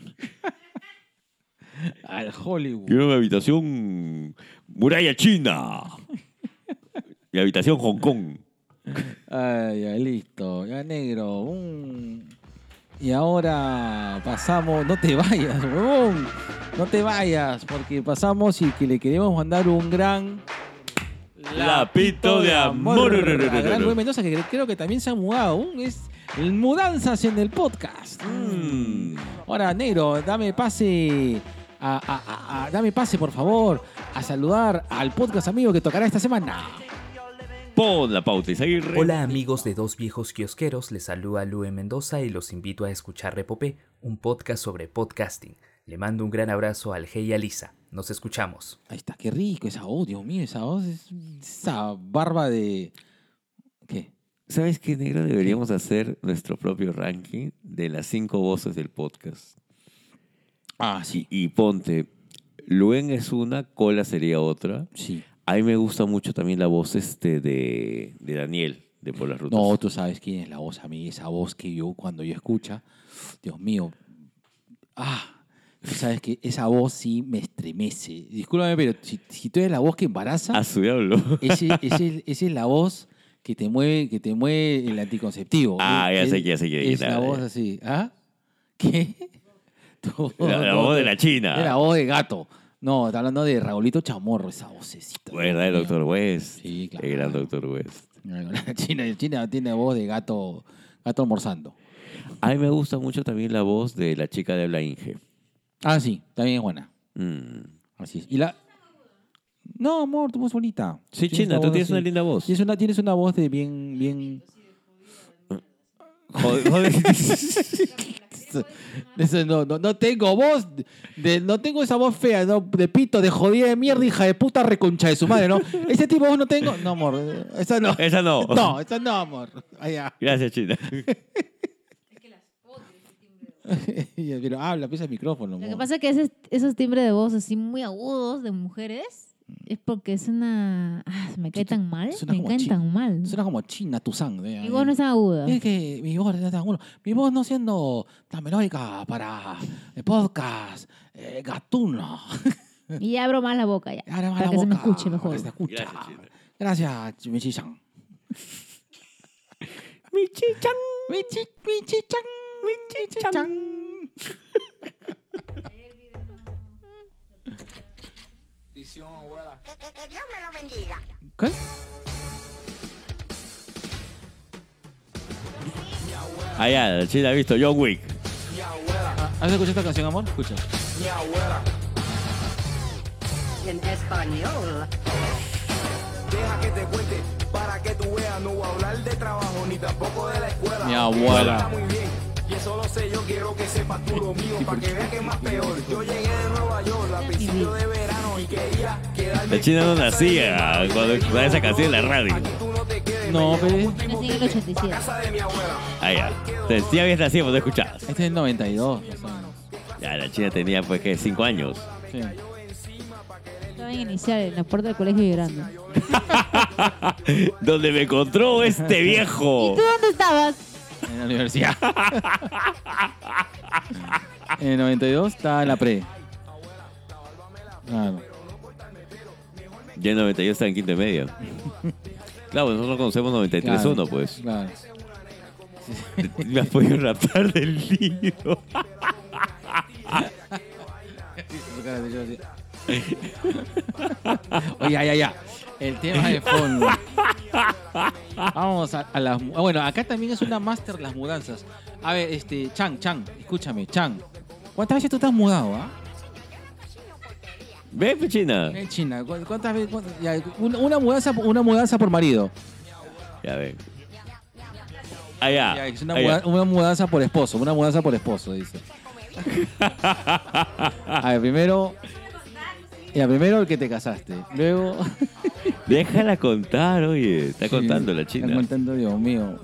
Al Hollywood. Quiero una habitación muralla china. Y habitación Hong Kong. Ay, ya, listo. Ya, negro. Mm. Y ahora pasamos... No te vayas, huevón. No te vayas, porque pasamos y que le queremos mandar un gran... Lapito de amor. A gran Luis Mendoza, que creo que también se ha mudado. aún. Es mudanzas en el podcast. Mm. Ahora, negro, dame pase... A, a- a- a- dame pase, por favor, a saludar al podcast amigo que tocará esta semana. Pon la pauta y seguir. Hola amigos de Dos Viejos Kiosqueros, les saluda Lue Mendoza y los invito a escuchar Repopé, un podcast sobre podcasting. Le mando un gran abrazo al G y a Lisa. Nos escuchamos. Ahí está, qué rico esa voz, Dios mío, esa voz, es- esa barba de... ¿Qué? ¿Sabes qué, negro? Deberíamos hacer nuestro propio ranking de las cinco voces del podcast. Ah, Y, sí, y ponte, Luen es una, Cola sería otra. sí. A mí me gusta mucho también la voz este de, de Daniel, de Por las Rutas. No, tú sabes quién es la voz a mí, esa voz que yo cuando yo escucha, Dios mío, ah, tú sabes que esa voz sí me estremece. Discúlpame, pero si, si tú eres la voz que embaraza, A su diablo. ese, ese, esa es la voz que te mueve, que te mueve el anticonceptivo. Ah, ya Es- sé, ya sé quién Es es. la voz así. ¿Ah? ¿Qué? Tú- La, la no, voz de tú- la China. Es la voz de gato. No, está hablando de Raulito Chamorro, esa vocecita. ¿Verdad? El Dios doctor mío. West. Sí, claro. El gran doctor West. La China, China tiene voz de gato, gato almorzando. A mí me gusta mucho también la voz de la chica de habla Inge. Ah, sí, también es buena. Mm. Así es. Y la... No, amor, tu voz bonita. Sí, Tienes China, una tú voz tienes así. una linda voz. Tienes una, tienes una voz de bien, bien... Joder, joder. Eso no, no, no tengo voz, de, no tengo esa voz fea, no, de pito, de jodida de mierda, hija de puta reconcha de su madre, ¿no? Ese tipo de voz no tengo. No, amor, esa no. Esa no. No, esa no, amor. Allá. Gracias, China. Pero habla, pisa el micrófono. Lo que amor. pasa es que ese- esos timbres de voz así muy agudos de mujeres es porque es una... Ah, me cae tan mal, Suena me como caen chi- tan mal. Suena como China, tu sangre. Mi voz no es tan aguda. Es que mi voz no es tan aguda. Mi voz no siendo tan melódica para el podcast eh, gatuno. Y ya abro más la boca ya, Ahora más para la que se me boca, escuche para mejor. que se escucha. Gracias, China. Gracias, Michi-chan. Michi-chan. Michi, Michi-chan. Michi-chan. ¿Qué? Allá, la China ha visto John Wick. ¿Has escuchado esta canción, amor? Escucha. Mi abuela. En español. Deja que te cuente para que tú veas. No voy a hablar de trabajo ni tampoco de la escuela. Mi abuela. Está muy bien. Y eso lo sé yo, quiero que sepas tú lo mío, para que veas que es más peor. Yo llegué de Nueva York a principios de verano y quería quedarme. La China no nacía cuando escuchaba esa canción en la radio. Aquí tú no te quedes, No, me pero- llevo un Nací en tipo el fijo ochenta y siete. pa' casa de mi abuela. Ah, ya. Entonces, sí habías nacido cuando escuchabas. Este es el noventa y dos, más o menos. Ya, la China tenía, pues, que cinco años. Sí. Estaba en inicial, en la puerta del colegio llorando. Donde me encontró este viejo. ¿Y tú dónde estabas? En la universidad. En el noventa y dos está la pre. Claro. Ya en noventa y dos estaba en quinto y medio. Claro, nosotros conocemos noventa y tres uno, Claro, pues. Claro. Me has podido raptar del libro. Oye, ya, ya, ya. El tema de fondo. Vamos a, a las... mu- ah, bueno, acá también es una máster las mudanzas. A ver, este, Chan, Chan, escúchame, Chan. ¿Cuántas veces tú te has mudado, ah? Ve, pues, China. En China, ¿cu- ¿cuántas veces? cuántas- ya, una, una mudanza, una mudanza por marido. Ya ven. Allá. Ya, es una, allá. muda- una mudanza por esposo, una mudanza por esposo, dice. A ver, primero... Ya, primero el que te casaste. Luego... Déjala contar, oye. Está Sí, contando la Está China. contando, Dios mío.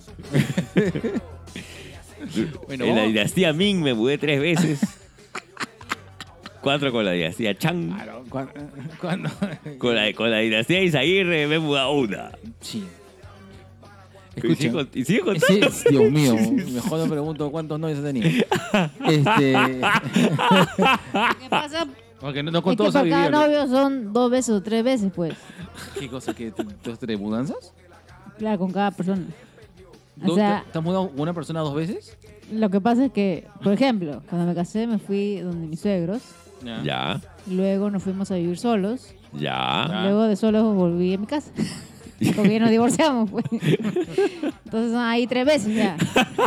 Bueno, En la vamos- dinastía Ming me mudé tres veces. Cuatro con la dinastía Chang. Claro, cuando... cuando- Con la, con la dinastía Izaguirre me he mudado una. Sí. Y Escucha. sigue, cont- y sigue Sí, contando. Dios mío, mejor me pregunto cuántos novios has tenido. Este, ¿Qué pasa? porque no, no con Es que todos ha por cada vivido. ¿no? novio son dos veces o tres veces, pues. ¿Qué cosa? ¿Que tú tú tres mudanzas? Claro, con cada persona. O ¿Dos- sea, te, te has mudado una persona dos veces? lo que pasa es que, por ejemplo, cuando me casé me fui donde mis suegros. Ya, Luego nos fuimos a vivir solos. ya. Ah. Luego de solos volví a mi casa. Porque ya nos divorciamos, pues. Entonces son ahí tres veces ya.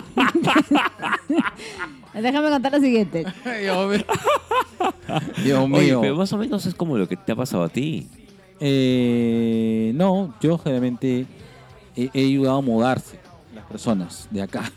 Déjame contar lo siguiente. Dios mío. Dios Oye, mío. pero más o menos es como lo que te ha pasado a ti. Eh, no, yo generalmente he, he ayudado a mudarse las personas de acá.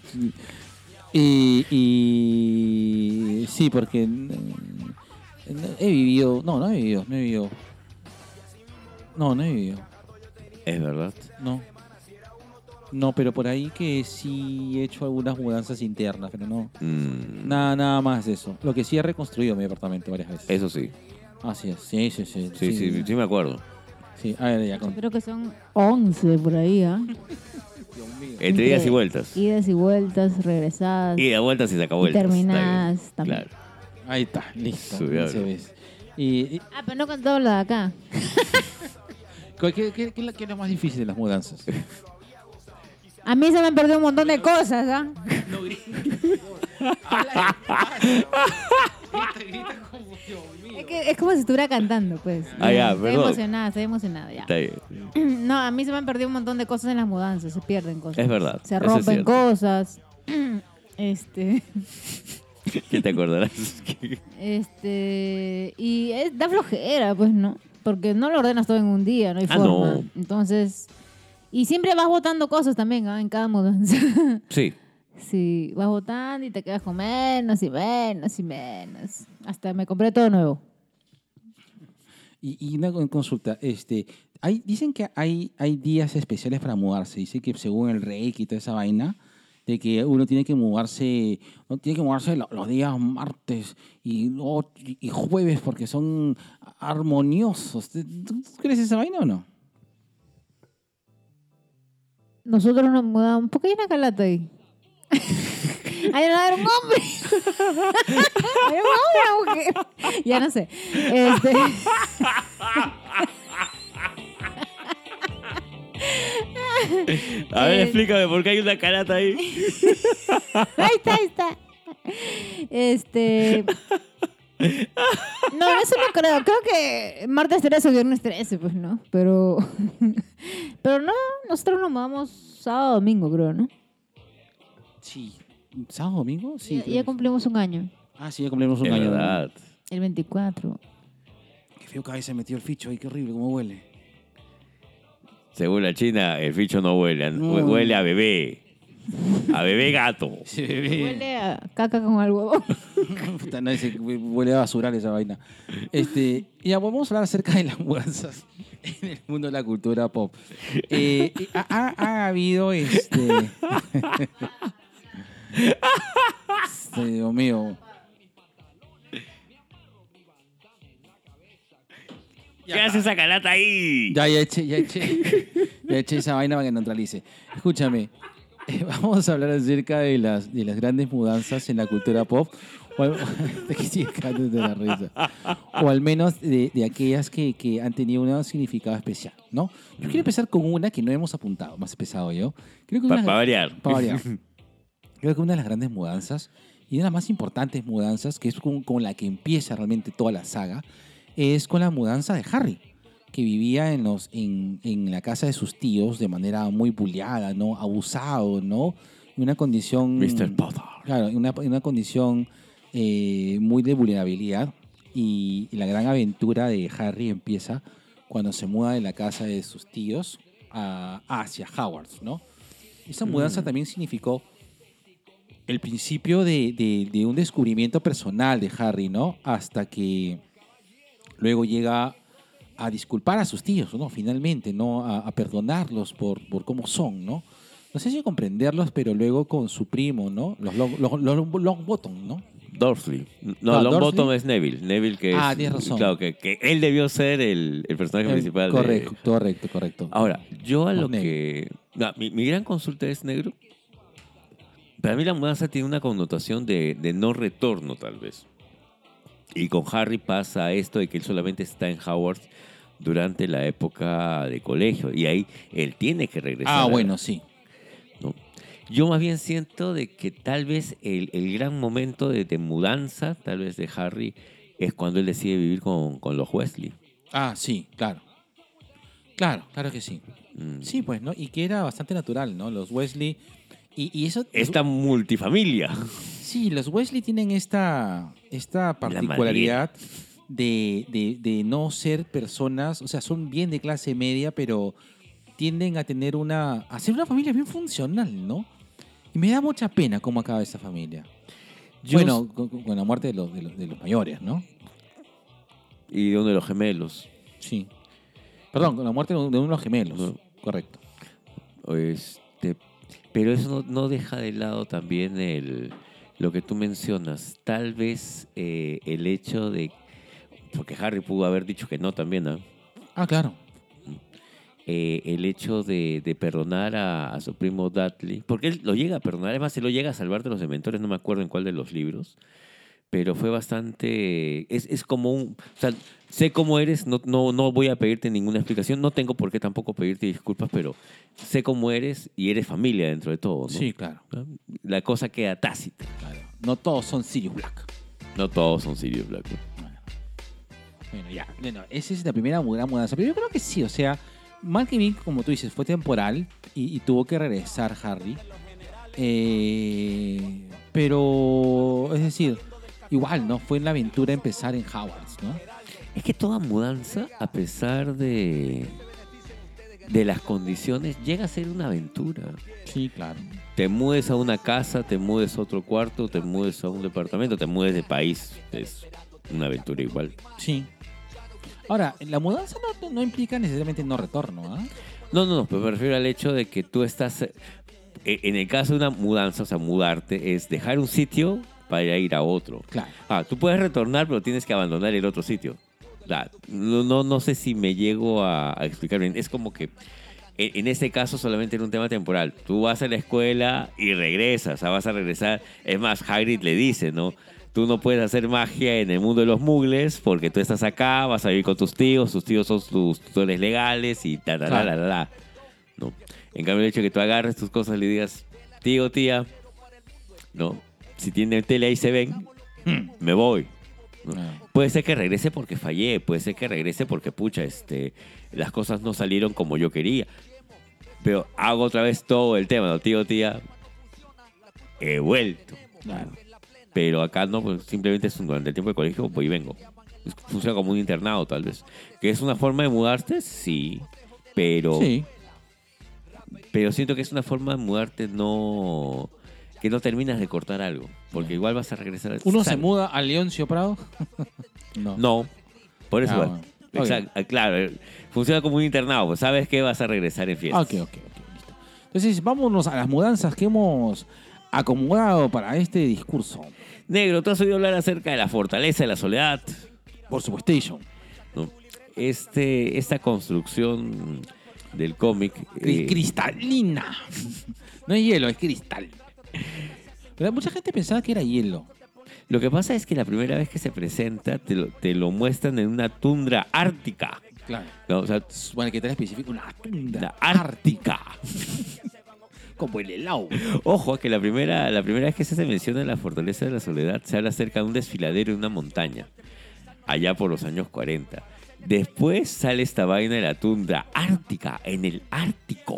y, y sí, porque mm, he vivido, no, no he vivido, no he vivido. No, no he vivido, Es verdad. no. No, pero por ahí que sí he hecho algunas mudanzas internas, pero no. Mm, Nada, nada más de eso. Lo que sí he reconstruido mi departamento varias veces. Eso sí. Así es, sí, sí, sí. Sí, sí, sí, me acuerdo. Sí, a ver, ya con... Creo que son once por ahí, ¿ah? Entre idas y Entre vueltas. Idas y vueltas, regresadas. Y de vueltas y saca y vueltas. terminadas Está también. bien. Claro. Ahí está, listo. Su diablo. once veces. Y, y- Ah, pero no contó lo de acá. ¿qué, qué, qué- qué es lo- qué es lo más difícil de las mudanzas? A mí se me han perdido un montón de cosas, ¿ah? Es que es como si estuviera cantando, pues. Ah, ya, estoy perdón. emocionada, estoy emocionada, ya. Está bien. No, a mí se me han perdido un montón de cosas en las mudanzas, se pierden cosas. Es verdad, Se eso es rompen cierto. cosas. Este, ¿Qué te acordarás? este, y es, da flojera, pues, ¿no? Porque no lo ordenas todo en un día, no hay Ah, forma. no. Entonces, y siempre vas botando cosas también, ¿ah? En cada mudanza. Sí. Sí, vas botando y te quedas con menos y menos y menos. Hasta me compré todo nuevo. Y, y una con- consulta, este, hay, dicen que hay, hay días especiales para mudarse. Dice que según el Reiki y toda esa vaina, de que uno tiene que mudarse, uno tiene que mudarse lo- los días martes y, o- y jueves porque son armoniosos. ¿Tú tú crees esa vaina o no? Nosotros nos mudamos. ¿Por qué hay una calata ahí? Hay no era un hombre. ¿Hay un hombre o una mujer? Ya no sé. Este... A ver, Eh, explícame por qué hay una carata ahí. Ahí está, ahí está. Este. No, eso no creo. Creo que martes trece o viernes trece, pues, ¿no? Pero. Pero no, nosotros nos mudamos sábado domingo, creo, ¿no? Sí. ¿Sábado, domingo? Sí. ya, creo ya que cumplimos un año. Ah, sí, ya cumplimos un Es año. verdad. El veinticuatro. Qué feo que a veces metió el ficho ahí, qué horrible, cómo huele. Según la China, el ficho no huele. No. Huele a bebé. A bebé gato. Sí, bebé. Huele a caca con algodón. Puta, no, ese huele a basural esa vaina. Este, ya vamos a hablar acerca de las mudanzas en el mundo de la cultura pop. Eh, ha, ha- ha habido este. Este, Dios mío. ¿Qué hace esa calata ahí? Ya, ya eché, ya eché. Ya eché esa vaina para que neutralice. Escúchame. eh, vamos a hablar acerca de las, de las grandes mudanzas en la cultura pop. O, al- te que sigue cagándote de la risa. O al menos de, de aquellas que, que han tenido un significado especial, ¿no? Yo quiero empezar con una que no hemos apuntado, más pesado yo. Creo que Para una- variar. para variar. Creo que una de las grandes mudanzas y una de las más importantes mudanzas, que es con, con la que empieza realmente toda la saga, es con la mudanza de Harry, que vivía en, los, en, en la casa de sus tíos de manera muy bulleada, ¿no? Abusado, ¿no? En una condición... mister Potter. Claro, en una, en una condición eh, muy de vulnerabilidad. Y, y la gran aventura de Harry empieza cuando se muda de la casa de sus tíos a, hacia Hogwarts, ¿no? Esa mudanza también significó el principio de, de- de un descubrimiento personal de Harry, ¿no? Hasta que luego llega a disculpar a sus tíos, ¿no? Finalmente, ¿no? A, a perdonarlos por, por cómo son, ¿no? No sé si comprenderlos, pero luego con su primo, ¿no? Los Long, los, los Longbottom, ¿no? Dursley. No, Ah, Longbottom Dursley. es Neville. Neville que es... Ah, tienes razón. Claro, que, que él debió ser el, el personaje principal. de- Correcto, correcto, correcto. Ahora, yo a Los lo negros. que... no, mi, mi gran consulta es, negro. Para mí la mudanza tiene una connotación de, de no retorno, tal vez. Y con Harry pasa esto de que él solamente está en Hogwarts durante la época de colegio. Y ahí él tiene que regresar. Ah, a- bueno, sí. ¿no? Yo más bien siento de que tal vez el, el gran momento de, de mudanza, tal vez de Harry, es cuando él decide vivir con, con los Weasley. Ah, sí, claro. Claro, claro que sí. Mm. Sí, pues, ¿no? Y que era bastante natural, ¿no? Los Weasley... Y, y eso... Esta multifamilia. Sí, los Weasley tienen esta, esta particularidad de, de- de no ser personas, o sea, son bien de clase media, pero tienden a tener una, a ser una familia bien funcional, ¿no? Y me da mucha pena cómo acaba esa familia. Yo- Bueno, con, con la muerte de los, de, los, de los mayores, ¿no? Y de uno de los gemelos. Sí. Perdón, con la muerte de uno de los gemelos. No. Correcto. Este, pero eso no, no deja de lado también el, lo que tú mencionas. Tal vez eh, el hecho de... Porque Harry pudo haber dicho que no también, ¿no? Ah, claro. Eh, el hecho de, de perdonar a, a su primo Dudley, porque él lo llega a perdonar, además él lo llega a salvar de los dementores, no me acuerdo en cuál de los libros, pero fue bastante, es, es como un, o sea, sé cómo eres, no, no, no voy a pedirte ninguna explicación, no tengo por qué tampoco pedirte disculpas, pero sé cómo eres y eres familia dentro de todo, ¿no? Sí, claro. ¿no? La cosa queda tácita, claro. No todos son Sirius Black. no todos son Sirius Black. ¿no? Bueno, ya. Bueno, esa es la primera gran mudanza. Pero yo creo que sí, o sea, mal que bien, como tú dices, fue temporal y, y tuvo que regresar Harry. Eh, pero, es decir, igual, ¿no? Fue en la aventura empezar en Hogwarts, ¿no? Es que toda mudanza, a pesar de, de las condiciones, llega a ser una aventura. Sí, claro. Te mudes a una casa, te mudes a otro cuarto, te mudes a un departamento, te mudes de país. Es una aventura igual. Sí. Ahora, la mudanza no, no implica necesariamente no retorno, ¿ah? No, no, no, pero me refiero al hecho de que tú estás... eh, En el caso de una mudanza, o sea, mudarte, es dejar un sitio para ir a otro. Claro. Ah, tú puedes retornar, pero tienes que abandonar el otro sitio. Ah, No, no, no sé si me llego a, a explicar bien. Es como que en, en este caso solamente era un tema temporal. Tú vas a la escuela y regresas, o sea, vas a regresar. Es más, Hagrid le dice, ¿no? Tú no puedes hacer magia en el mundo de los muggles porque tú estás acá, vas a vivir con tus tíos, tus tíos son tus tutores legales y ta, ta, Claro. la, la, la, ¿no? En cambio, el hecho de que tú agarres tus cosas y le digas, tío, tía, ¿no? Si tiene tele ahí se ven, me voy. ¿no? Ah. Puede ser que regrese porque fallé, puede ser que regrese porque, pucha, este, las cosas no salieron como yo quería. Pero hago otra vez todo el tema, ¿no? Tío, tía, he vuelto. Claro. Pero acá no, pues simplemente es un- durante el tiempo de colegio, voy y vengo. Es- Funciona como un internado, tal vez. ¿Que es una forma de mudarte? Sí. Pero, Sí. pero siento que es una forma de mudarte no... que no terminas de cortar algo. Porque igual vas a regresar. ¿Uno se sal- muda a Leoncio Prado? no. No, por eso Ah, igual. bueno. Exacto, ah, claro. eh, Funciona como un internado. Pues sabes que vas a regresar en Ah, fiestas. ok, ok, ok, listo. Entonces, vámonos a las mudanzas que hemos acomodado para este discurso. Negro, ¿tú has oído hablar acerca de la fortaleza de la soledad? Por supuesto. ¿No? Este, esta construcción del cómic... Cri- eh, Cristalina. No es hielo, es cristal. Pero mucha gente pensaba que era hielo. lo que pasa es que la primera vez que se presenta te lo, te lo muestran en una tundra ártica. Claro. ¿No? O sea, Bueno, que tal específico, una tundra la ártica. como el helado. Ojo, que la primera, la primera vez que se menciona la fortaleza de la soledad se habla acerca de un desfiladero en una montaña, allá por los años cuarenta. Después sale esta vaina de la tundra ártica, en el Ártico.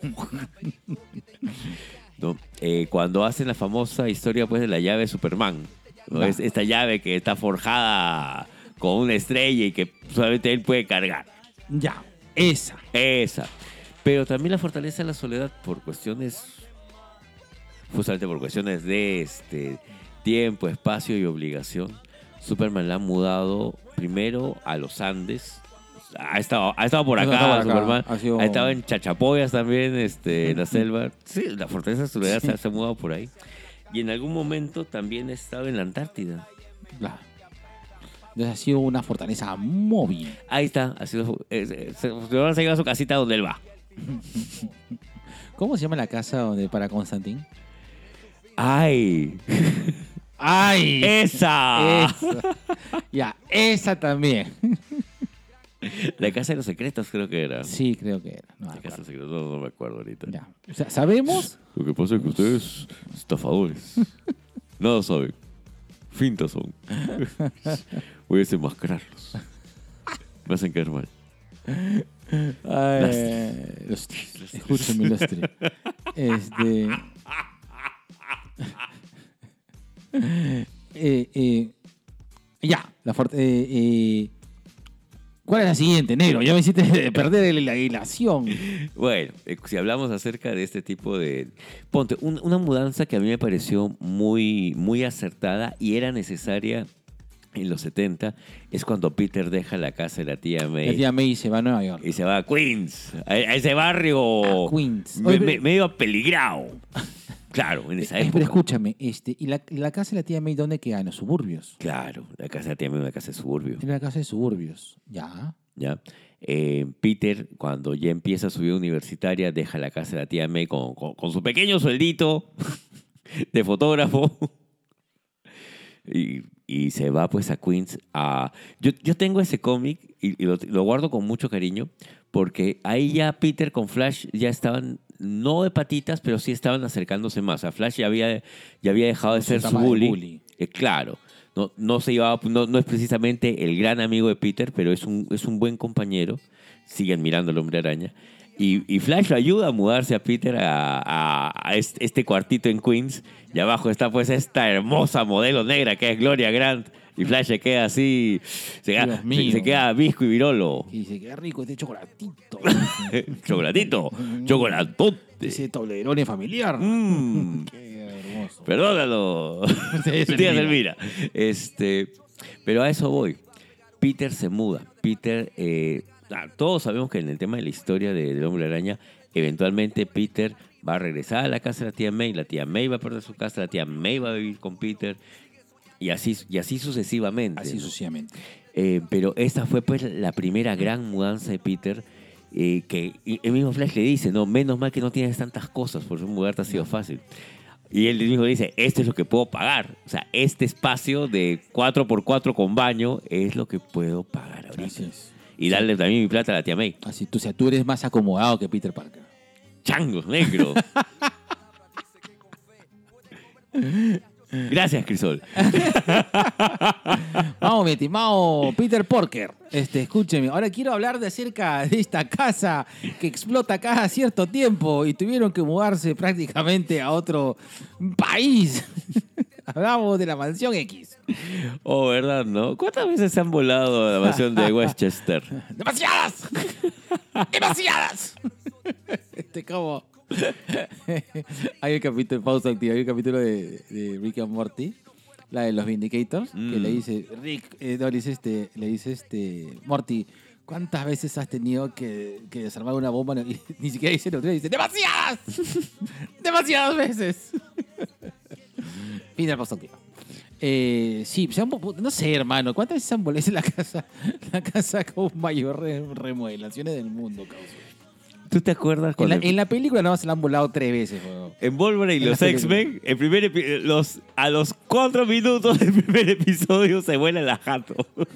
¿No? Eh, cuando hacen la famosa historia pues de la llave de Superman. ¿No? Va. Es esta llave que está forjada con una estrella y que solamente él puede cargar. Ya, esa. Esa. Pero también la fortaleza de la soledad por cuestiones, justamente por cuestiones de este tiempo, espacio y obligación. Superman la ha mudado primero a los Andes. Ha estado, ha estado por Ha acá, estado por acá. Superman. Ha sido- Ha estado en Chachapoyas también, este, en la selva. Sí, la fortaleza de la soledad se, ha- se ha mudado por ahí. Y en algún momento también ha estado en la Antártida. Claro. Entonces ha sido una fortaleza móvil. Ahí está. Ha sido, eh, eh, se, Superman se ha ido a su casita donde él va. ¿Cómo se llama la casa donde para Constantín? ¡Ay! ¡Ay! ¡Esa! Esa. Ya, esa también. La Casa de los Secretos creo que era. Sí, creo que era. No, me La Casa de acuerdo. los Secretos, no, no me acuerdo ahorita. Ya. O sea, sabemos. Lo que pasa es que ustedes, estafadores, nada saben. Fintas son. Voy a desenmascararlos. Me hacen caer mal. Ay, los, escúchame, los tres. Este. eh, eh, ya, la fuerte. Eh, eh, ¿Cuál es la siguiente, negro? Ya me hiciste perder la hilación. Bueno, eh, si hablamos acerca de este tipo de... Ponte, un- una mudanza que a mí me pareció muy, muy acertada y era necesaria en los setenta es cuando Peter deja la casa de la tía May. La tía May se va a Nueva York. Y se va a Queens, a, a ese barrio A Queens. me- Oye, me- pero- medio apeligrado. Claro, en esa Eh, época. pero escúchame, este, ¿y la, la casa de la tía May dónde queda? En los suburbios. Claro, la casa de la tía May es una casa de suburbio. En la casa de suburbios. Ya. ¿Ya? Eh, Peter, cuando ya empieza su vida universitaria, deja la casa de la tía May con, con- con su pequeño sueldito de fotógrafo y, y se va pues a Queens. A... Yo, yo tengo ese cómic y, y lo, lo guardo con mucho cariño porque ahí ya Peter con Flash ya estaban, no de patitas, pero sí estaban acercándose más. A Flash ya había, ya había dejado de Su ser su etapa de bully. bully. Eh, claro. No, no, se llevaba, no, no es precisamente el gran amigo de Peter, pero es un, es un buen compañero. Sigue admirando al Hombre Araña. Y, y Flash lo ayuda a mudarse a Peter a, a- a este, este cuartito en Queens. Y abajo está pues esta hermosa modelo negra que es Gloria Grant. Y Flash se queda así, se queda, Dios se, mío. se queda visco y virolo. Y dice, qué rico este chocolatito. Chocolatito, chocolatote. Ese toblerone familiar. Mm. Qué hermoso. Perdónalo. Sí, es Tía Elvira. Elvira. Este, pero a eso voy. Peter se muda. Peter, eh, ah, todos sabemos que en el tema de la historia de- del Hombre Araña, eventualmente Peter va a regresar a la casa de la tía May, la tía May va a perder su casa, la tía May va a vivir con Peter y así, y así sucesivamente. Así ¿no? sucesivamente. Eh, pero esta fue pues la primera gran mudanza de Peter eh, que y el mismo Flash le dice, no, menos mal que no tienes tantas cosas, por eso mudarte ha sido fácil. Y él mismo dice, esto es lo que puedo pagar. O sea, este espacio de cuatro por cuatro con baño es lo que puedo pagar ahorita. Así es. Y darle también mi plata a la tía May. Así, tú, o sea, tú eres más acomodado que Peter Parker. Changos, negro. Gracias, Crisol. Vamos, mi estimado Peter Parker. Este, escúcheme, ahora quiero hablar de acerca de esta casa que explota cada cierto tiempo y tuvieron que mudarse prácticamente a otro país. Hablamos de la mansión X. Oh, ¿verdad, no? ¿Cuántas veces se han volado a la mansión de Westchester? ¡Demasiadas! ¡Demasiadas! Este, como... hay un capítulo, pausa activa, hay un capítulo de, de Rick and Morty, la de los Vindicators, mm. que le dice, Rick, eh, no, le dice este, le dice este, Morty, ¿cuántas veces has tenido que, que desarmar una bomba? Y ni siquiera dice lo otro, dice, ¡demasiadas! ¡Demasiadas veces! Fin de la pausa activa. Eh, sí, se han, no sé, hermano, ¿cuántas veces se han volado la casa, la casa con mayor re, remodelaciones del mundo, causa? ¿Tú te acuerdas En cuando... la, en la película nada más se la han volado tres veces, weón. En Wolverine y En los la X-Men, el primer epi- los, a los cuatro minutos del primer episodio se vuela la jato.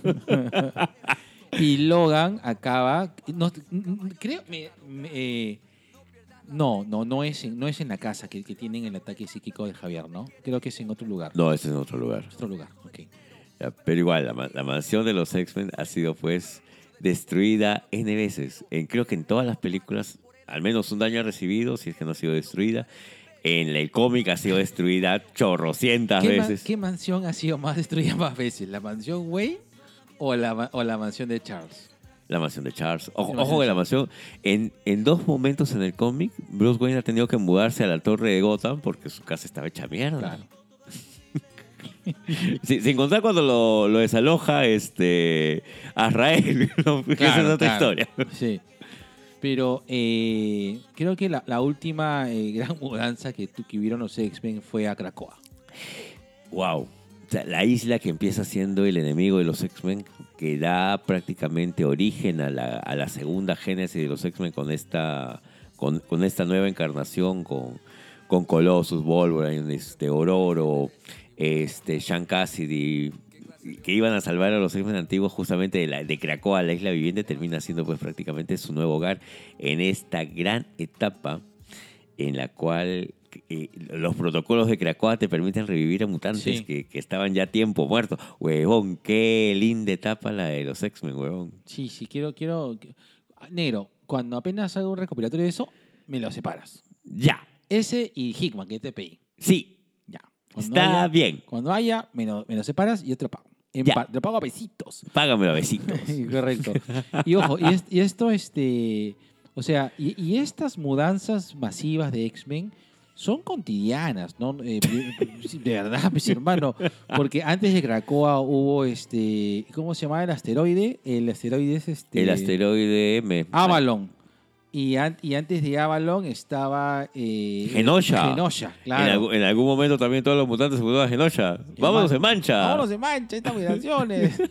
Y Logan acaba... No, creo... Me, me, eh, no, no, no es, en, no es en la casa que, que tienen el ataque psíquico de Javier, ¿no? Creo que es en otro lugar. No, ese es en otro lugar. Otro lugar, ok. Ya, pero igual, la, la mansión de los X-Men ha sido, pues, destruida N veces. En, creo que en todas las películas, al menos un daño ha recibido, si es que no ha sido destruida. En el cómic ha sido destruida chorrocientas ¿Qué, veces. ma, ¿Qué mansión ha sido más destruida más veces? ¿La mansión Wayne o la, o la mansión de Charles? La mansión de Charles. Ojo, La ojo que la mansión... En, en dos momentos en el cómic, Bruce Wayne ha tenido que mudarse a la torre de Gotham porque su casa estaba hecha mierda. Claro. sin, sin contar cuando lo, lo desaloja este, Azrael. ¿No? Claro, esa es otra claro. historia. Sí. Pero eh, creo que la, la última eh, gran mudanza que, que hubieron los X-Men fue a Krakoa. Wow. O sea, la isla que empieza siendo el enemigo de los X-Men, que da prácticamente origen a la, a la segunda génesis de los X-Men con esta, con, con esta nueva encarnación, con, con Colossus, Wolverine, este, Ororo, este, Sean Cassidy, que iban a salvar a los X-Men antiguos justamente de, la, de Krakoa, la isla viviente, termina siendo pues prácticamente su nuevo hogar en esta gran etapa en la cual eh, los protocolos de Krakoa te permiten revivir a mutantes sí. que, que estaban ya tiempo muertos. Huevón, qué linda etapa la de los X-Men, huevón. Sí, sí, quiero, quiero... Negro, cuando apenas hago un recopilatorio de eso, me lo separas. Ya. Ese y Hickman, que te pedí. Sí. Ya. Cuando Está haya, bien. Cuando haya, me lo, me lo separas y yo te lo pago. En ya. Pa- te lo pago a besitos. Págamelo a besitos. Correcto. Y ojo, y, es, y esto, este... O sea, y, y estas mudanzas masivas de X-Men son cotidianas, ¿no? Eh, de verdad, mis hermanos. Porque antes de Krakoa hubo este... ¿Cómo se llamaba el asteroide? El asteroide es este... El asteroide M. Avalon. Y, an, y antes de Avalon estaba... Eh, Genosha. Genosha, claro. En, algún, en algún momento también todos los mutantes se mudaron a Genosha. Vámonos en mancha. Vámonos en mancha, estas migraciones.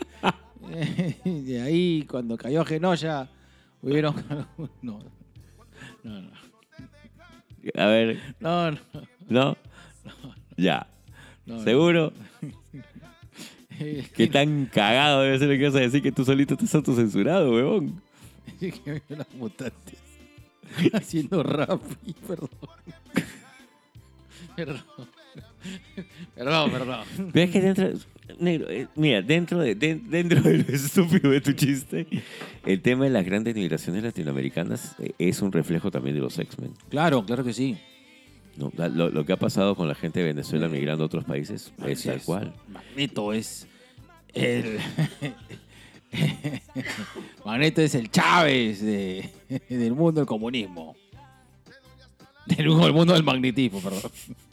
De ahí, cuando cayó Genosha... Hubieron... No, no, no. A ver. No, no. ¿No? no. Ya. No, ¿Seguro? No. Qué tan cagado debe ser lo que vas a decir que tú solito te has autocensurado, huevón. Que me los mutantes haciendo rap y perdón. Perdón. Perdón, perdón. Pero es que dentro... Negro, eh, mira, dentro de, de, dentro de lo estúpido de tu chiste, el tema de las grandes migraciones latinoamericanas eh, es un reflejo también de los X-Men. Claro, claro que sí. No, lo, lo que ha pasado con la gente de Venezuela migrando a otros países es, es tal cual. Magneto es el... Magneto es el Chávez de, del mundo del comunismo. Del mundo del magnetismo, perdón.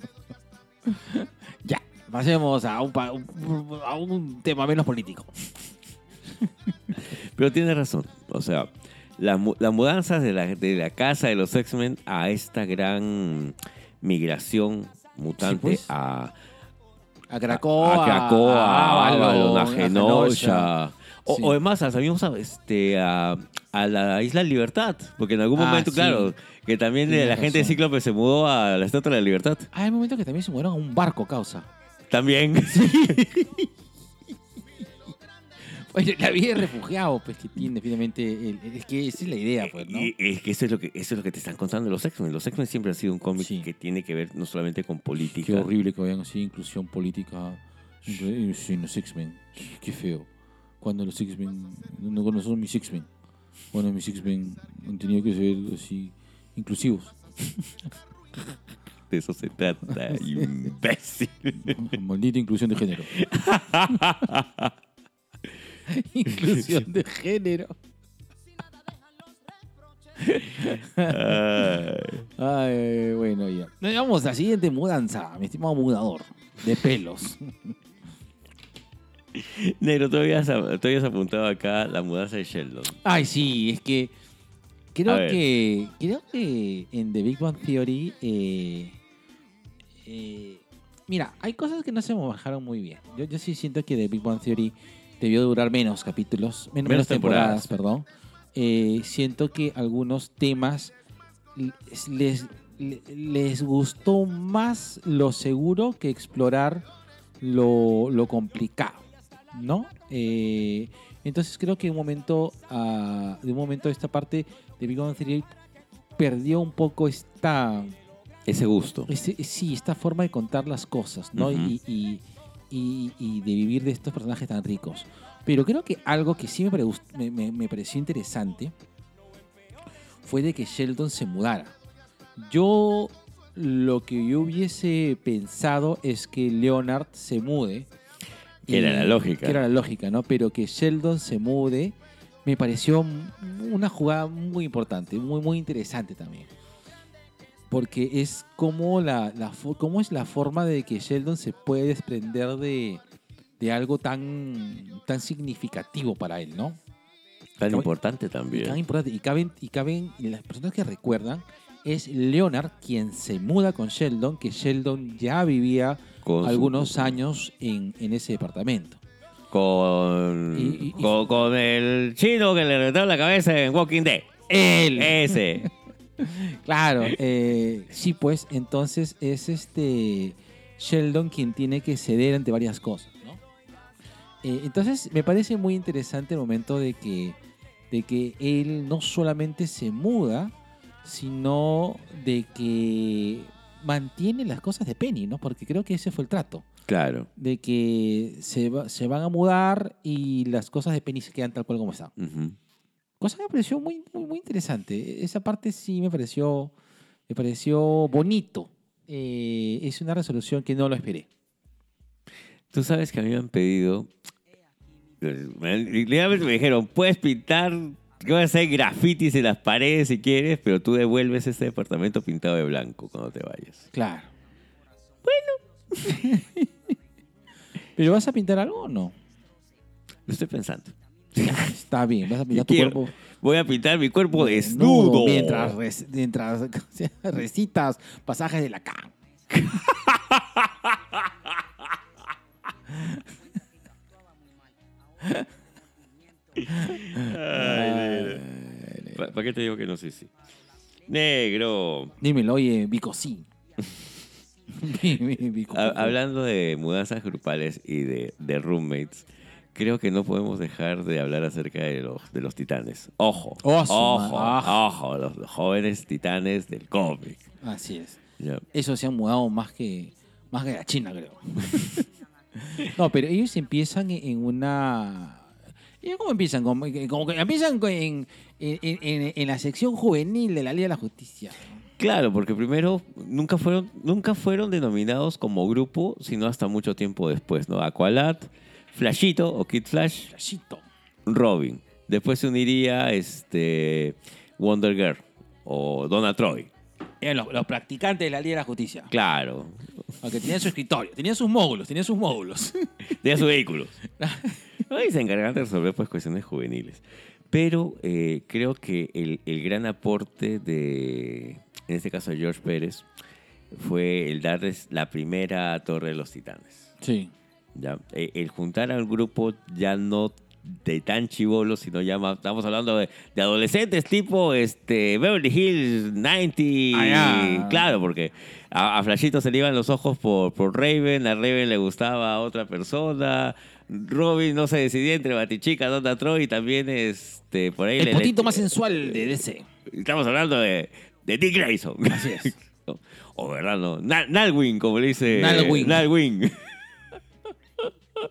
Ya. Pasemos a un, a un tema menos político. Pero tiene razón. O sea, las la mudanzas de la, de la casa de los X-Men a esta gran migración mutante sí, pues. a... A Krakoa, a, a, Krakoa, a Avalon, a Genosha. O, sí. o además, salimos a, este, a, a la Isla Libertad. Porque en algún ah, momento, sí. claro, que también Tienes la razón. gente de Cíclope se mudó a la Estatua de la Libertad. Ah, hay momentos que también se mudaron a un barco, causa. También. Sí. Oye, la vida de refugiado, pues, que tiene definitivamente... El, es que esa es la idea, pues, ¿no? Y, es que eso es lo que eso es lo que te están contando los X-Men. Los X-Men siempre han sido un cómic sí. que tiene que ver no solamente con política. Qué horrible que vayan así, inclusión política sin los X-Men. Qué, qué feo. Cuando los X-Men... No, no son mis X-Men. Bueno, mis X-Men han tenido que ser así, inclusivos. De eso se trata, imbécil. Maldita inclusión de género. Inclusión de género. Ay. Ay, bueno, ya. Vamos a la siguiente mudanza, mi estimado mudador de pelos. Negro, tú habías, tú habías apuntado acá la mudanza de Sheldon. Ay, sí, es que creo A ver. que creo que en The Big Bang Theory eh, eh, mira, hay cosas que no se manejaron muy bien. Yo, yo sí siento que The Big Bang Theory debió durar menos capítulos, men- menos, Menos temporadas, temporadas. perdón. Eh, siento que algunos temas les, les, les gustó más lo seguro que explorar lo, lo complicado, ¿no? Eh, entonces creo que un momento, ah, de un momento esta parte de Big Bang Theory perdió un poco esta, Ese gusto. ese- sí, esta forma de contar las cosas, ¿no? Ujú. y, y, y- y de vivir de estos personajes tan ricos. Pero creo que algo que sí me, pare- me, me- me pareció interesante fue de que Sheldon se mudara. Yo lo que yo hubiese pensado es que Leonard se mude. Que era la lógica. Que era la lógica, ¿no? Pero que Sheldon se mude me pareció una jugada muy importante, muy, muy interesante también. Porque es como, la, la, fo- cómo es la forma de que Sheldon se puede desprender de, de algo tan, tan significativo para él, ¿no? Tan Cabe- importante Y, también. caben importante, y, caben, y caben, y las personas que recuerdan, es Leonard quien se muda con Sheldon, que Sheldon ya vivía Con su- algunos años en, en ese departamento. Con, Y- y- y- con, con el chino que le reventó la cabeza en Walking Dead. Él. Ese. Claro, eh, sí, pues entonces es este Sheldon quien tiene que ceder ante varias cosas, ¿no? Eh, entonces me parece muy interesante el momento de que, de que él no solamente se muda, sino de que mantiene las cosas de Penny, ¿no? Porque creo que ese fue el trato, Claro. de que se, va- se van a mudar y las cosas de Penny se quedan tal cual como están. Ujú. Cosa que me pareció muy, muy, muy interesante. Esa parte sí me pareció, me pareció bonito. Eh, es una resolución que no lo esperé. Tú sabes que a mí me han pedido. Me, literalmente me dijeron: puedes pintar, que voy a hacer grafitis en las paredes si quieres, pero tú devuelves este departamento pintado de blanco cuando te vayas. Claro. Bueno. ¿Pero vas a pintar algo o no? Lo estoy pensando. Está bien, vas a pintar tu Quiero- cuerpo Voy a pintar mi cuerpo desnudo. Mientras, res- mientras recitas pasajes de Lacan. ¿Para qué te digo que no sé si? Negro. Dímelo, oye, Vico, sí. Vico, Ha- por favor. hablando de mudanzas grupales y de, de roommates, creo que no podemos dejar de hablar acerca de los, de los titanes. Ojo, Oh, su ojo, ma- ojo, los, los jóvenes titanes del cómic. Así es. Ya. Eso se han mudado más que, más que la China, creo. No, pero ellos empiezan en en una... ¿Ellos cómo empiezan? Como, como que empiezan en, en, en- en la sección juvenil de la Liga de la Justicia. Claro, porque primero nunca fueron, nunca fueron denominados como grupo, sino hasta mucho tiempo después, ¿no? Aqualad, Flashito o Kid Flash, Flashito. Robin. Después se uniría este, Wonder Girl o Donna Troy. Eran los, los practicantes de la Liga de la Justicia. Claro, Aunque tenían su escritorio, tenían sus módulos, tenían sus módulos. tenía sus vehículos. Y se encargaban de resolver pues, cuestiones juveniles. Pero eh, creo que el, el gran aporte de, en este caso, de George Pérez, fue el darles la primera Torre de los Titanes. Sí. ¿Ya? Eh, El juntar al grupo ya no de tan chivolos, sino ya más, estamos hablando de, de adolescentes tipo este, Beverly Hills noventa. Ah, ya. Claro, porque a, a Flashito se le iban los ojos por, por Raven, a Raven le gustaba a otra persona, Robin no se decidía entre Batichica, Donna Troy y también este, por ahí... El le- potito le- más sensual de D C. Estamos hablando de, de Dick Grayson. Así es. O verdad, no. Na- Nalwing, como le dice. Nalwing. Nalwing.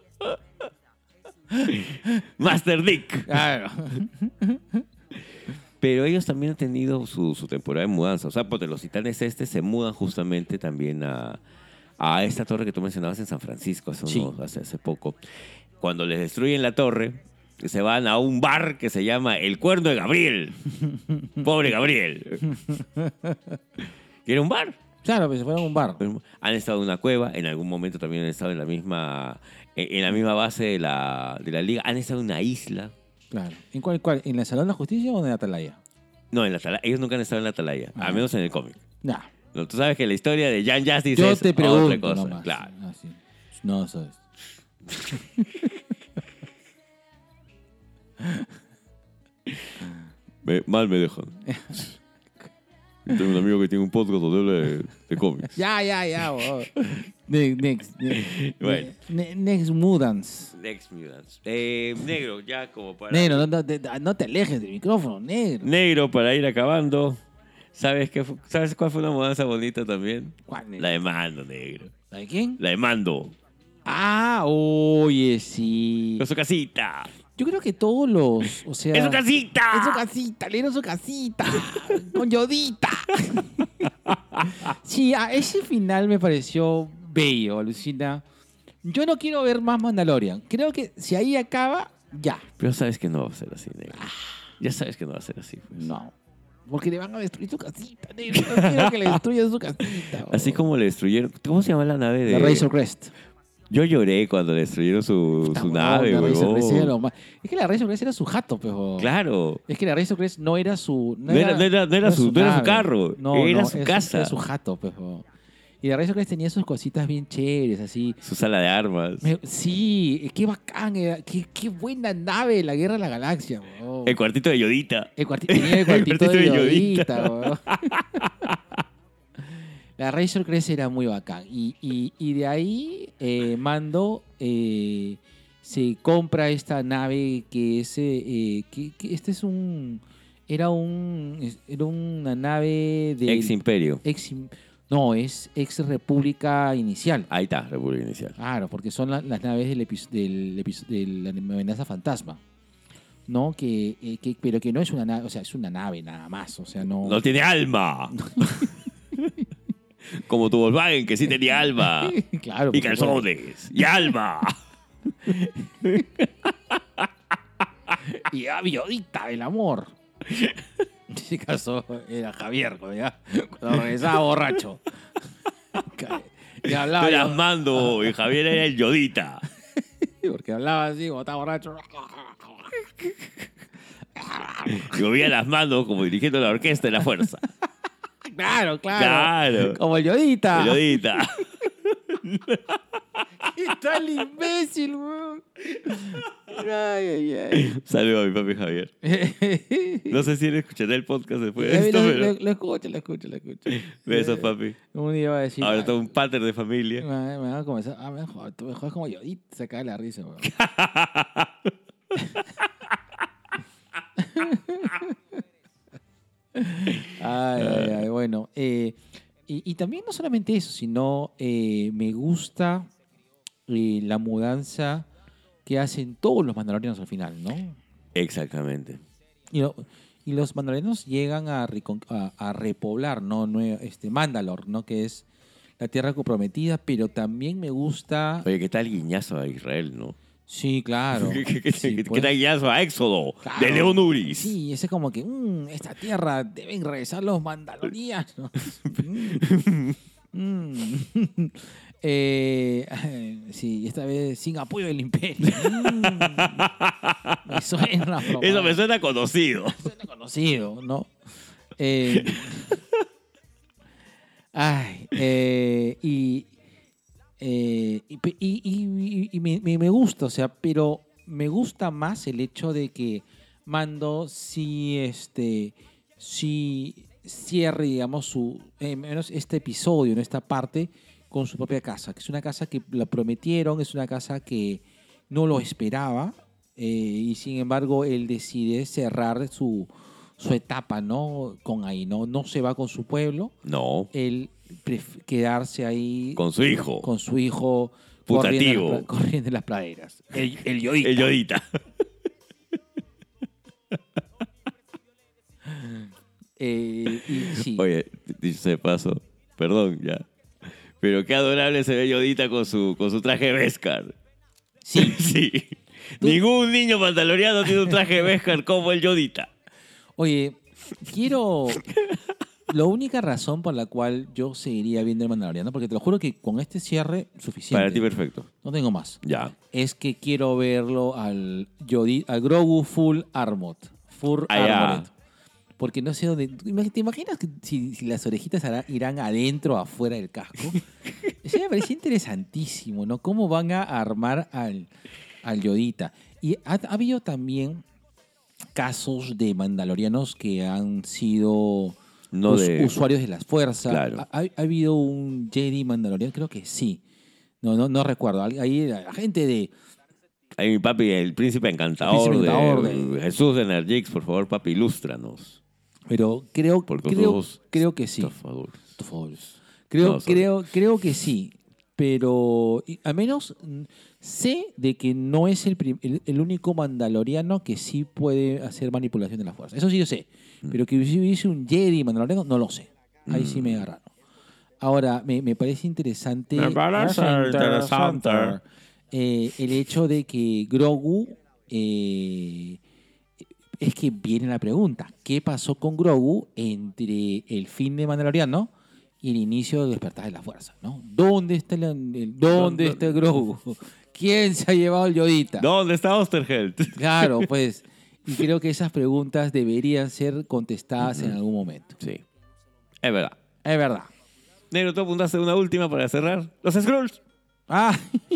Master Dick. Claro. Pero ellos también han tenido su, su temporada de mudanza. O sea, porque los Titanes este se mudan justamente también a, a esta torre que tú mencionabas en San Francisco hace, Sí. unos- hace, hace poco. Cuando les destruyen la torre, se van a un bar que se llama El Cuerno de Gabriel. Pobre Gabriel. Y era un bar. Claro, pues se fueron a un bar. Han estado en una cueva, en algún momento también han estado en la misma, en la misma base de la, de la liga. Han estado en una isla. Claro. ¿En cuál, cuál? ¿En el Salón de la Justicia o en la Atalaya? No, en la Atalaya. Ellos nunca han estado en la Atalaya, Ah. al menos en el cómic. Nah. No, tú sabes que la historia de Jan Justice Yo es te otra pregunto cosa. nomás. Claro. Ah, sí. No, eso es. Me- mal me dejan. Tengo un amigo que tiene un podcast donde habla de, de cómics. Ya, ya, ya. bo. Ne- Next. ne- Bueno. ne- Next Mutants. Next Mutants. Eh, negro, ya como para... Negro, no, no te- no te alejes del micrófono, negro. Negro, para ir acabando. ¿Sabes, qué fu- ¿Sabes cuál fue una mudanza bonita también? ¿Cuál, negro? La de Mando, negro. ¿La de quién? La de Mando. Ah, oye, sí. Con su casita. Yo creo que todos los, o sea... ¡En su casita! En su casita, le dieron su casita. Con Yodita. Sí, a ese final me pareció bello, alucina. Yo no quiero ver más Mandalorian. Creo que si ahí acaba, ya. Pero sabes que no va a ser así, negro. Ya sabes que no va a ser así. Pues. No. Porque le van a destruir su casita, negro. No quiero que le destruyan su casita. Así como le destruyeron... ¿Cómo se llama la nave de...? La Razor Crest. Yo lloré cuando le destruyeron su, Puta, su huevón, nave, la Razor huevón. Crest era lo más- Es que la Razor Crest era su jato, pero... Claro. Es que la Razor Crest no era su... No era- no era- no era su- no era su nave. carro, era su es- casa. Era su jato, pero... Y la Razor Crest tenía sus cositas bien chéveres, así. Su sala de armas. Me- sí, qué bacán, era, qué, qué buena nave de la Guerra de la Galaxia, weón. El cuartito de Yodita. El cuarti- tenía el cuartito, cuartito de de Yodita, Yodita. weón. La Razor Crest era muy bacán. Y, y, y de ahí eh, Mando eh, se compra esta nave que es... eh, que, que este es un... Era un... es- Era una nave de... Ex Imperio. ex im- no, es ex República Inicial. Ahí está, República Inicial. Claro, porque son la- las naves del, epi- del, epi- de la amenaza fantasma. ¿No? Que, eh, que, pero que no es una nave, o sea, es una nave nada más. O sea, no. No tiene alma. Como tu Volkswagen, que sí tenía alma. Claro. Y por supuesto. calzones. Y alma. Y a Biodita del amor. En ese caso era Javier, cuando, ya- cuando regresaba borracho. Y Tú hablaba, eras Mando y Javier era el Yodita. porque hablaba así, cuando estaba borracho. Y movía las manos como dirigiendo la orquesta de la fuerza. Claro, claro. Claro. Como el Yodita. El Yodita. ¿Qué tal imbécil, weón? Ay, ay, ay. Saludos a mi papi Javier. No sé si él escuchará el podcast después de Lo, esto, lo- pero... lo escucho, lo escucho, lo escucho. Besos, papi. Un día va a decir... Ahora "Ay, todo un pater de familia. Me, me va a comenzar... Ah, me jodas, tú me jodas como yo. Y se cae la risa, weón. Ay, ay, ay, bueno. eh, y, y también no solamente eso, sino eh, me gusta eh, la mudanza que hacen todos los mandalorianos al final, ¿no? Exactamente. Y, lo- y los mandalorianos llegan a, recon- a, a repoblar, ¿no? Nue- este, Mandalor, ¿no? Que es la tierra comprometida, pero también me gusta... Oye, ¿qué tal guiñazo a Israel, no? Sí, claro. ¿Qué, qué- qué- Sí, qué pues. tal guiñazo a Éxodo Claro. de León Uris? Sí, ese como que, mm, esta tierra deben regresar los mandalorianos. Mm. Mm. Eh, sí, esta vez sin apoyo del imperio. Mm. Me suena la Eso me propaganda. suena conocido. Suena conocido, ¿no? Eh, ay, eh, y, eh, y, pe- y- y- y me, me- me gusta, o sea, pero me gusta más el hecho de que Mando sí, este, sí cierre, digamos, su, eh, menos este episodio, ¿no? Esta parte, con su propia casa, que es una casa que la prometieron, es una casa que no lo esperaba, eh, y sin embargo él decide cerrar su, su etapa, ¿no? Con ahí, ¿no? No se va con su pueblo, No. él pref- quedarse ahí Con su hijo. con su hijo Putativo. corriendo en, las, pla- corriendo en las praderas. El, el Yodita. El Yodita. Eh, y sí. Oye, dicho sea de paso, perdón ya. Pero qué adorable se ve Yodita con su, con su traje Beskar. Sí. Sí. Ningún niño mandaloriano tiene un traje Beskar como el Yodita. Oye, quiero... La única razón por la cual yo seguiría viendo el Mandaloriano, porque te lo juro que con este cierre suficiente. Para ti perfecto. No tengo más. Ya. Es que quiero verlo al, Yodi, al Grogu Full Armored. Full Ah, ya. Armored. Porque no sé dónde... ¿Te imaginas que si, si las orejitas hará- irán adentro o afuera del casco? Eso me parece interesantísimo, ¿no? ¿Cómo van a armar al, al Yodita? Y ha, ha habido también casos de mandalorianos que han sido No us- de- usuarios de las fuerzas. Claro. Ha, ha habido un Jedi mandaloriano, creo que sí. No, no, no recuerdo. Ahí la gente de... Ahí mi papi, el príncipe encantador, El príncipe encantador de, de- Jesús de Energix, por favor, papi, ilústranos. Pero creo, Porque creo, todos creo que sí. estafadores. Por favor. Creo, No, sorry. creo, creo que sí. Pero y, al menos mm, sé de que no es el, prim- el, el único mandaloriano que sí puede hacer manipulación de la fuerza. Eso sí yo sé. Mm. Pero que si hubiese un Jedi mandaloriano, no lo sé. Ahí sí me agarraron. Ahora, me, me parece interesante. Me parece interesante. eh, el hecho de que Grogu. eh, es que viene la pregunta: ¿qué pasó con Grogu entre el fin de Mandaloriano y el inicio del despertar de la fuerza? ¿No? ¿Dónde está el, el- dónde ¿Dónde- está el Grogu? ¿Quién se ha llevado el Yodita? ¿Dónde está Osterheld? Claro, pues. Y creo que esas preguntas deberían ser contestadas en algún momento. Sí, es verdad. Es verdad. Negro, tú apuntaste una última para cerrar. Los Skrulls. Ah.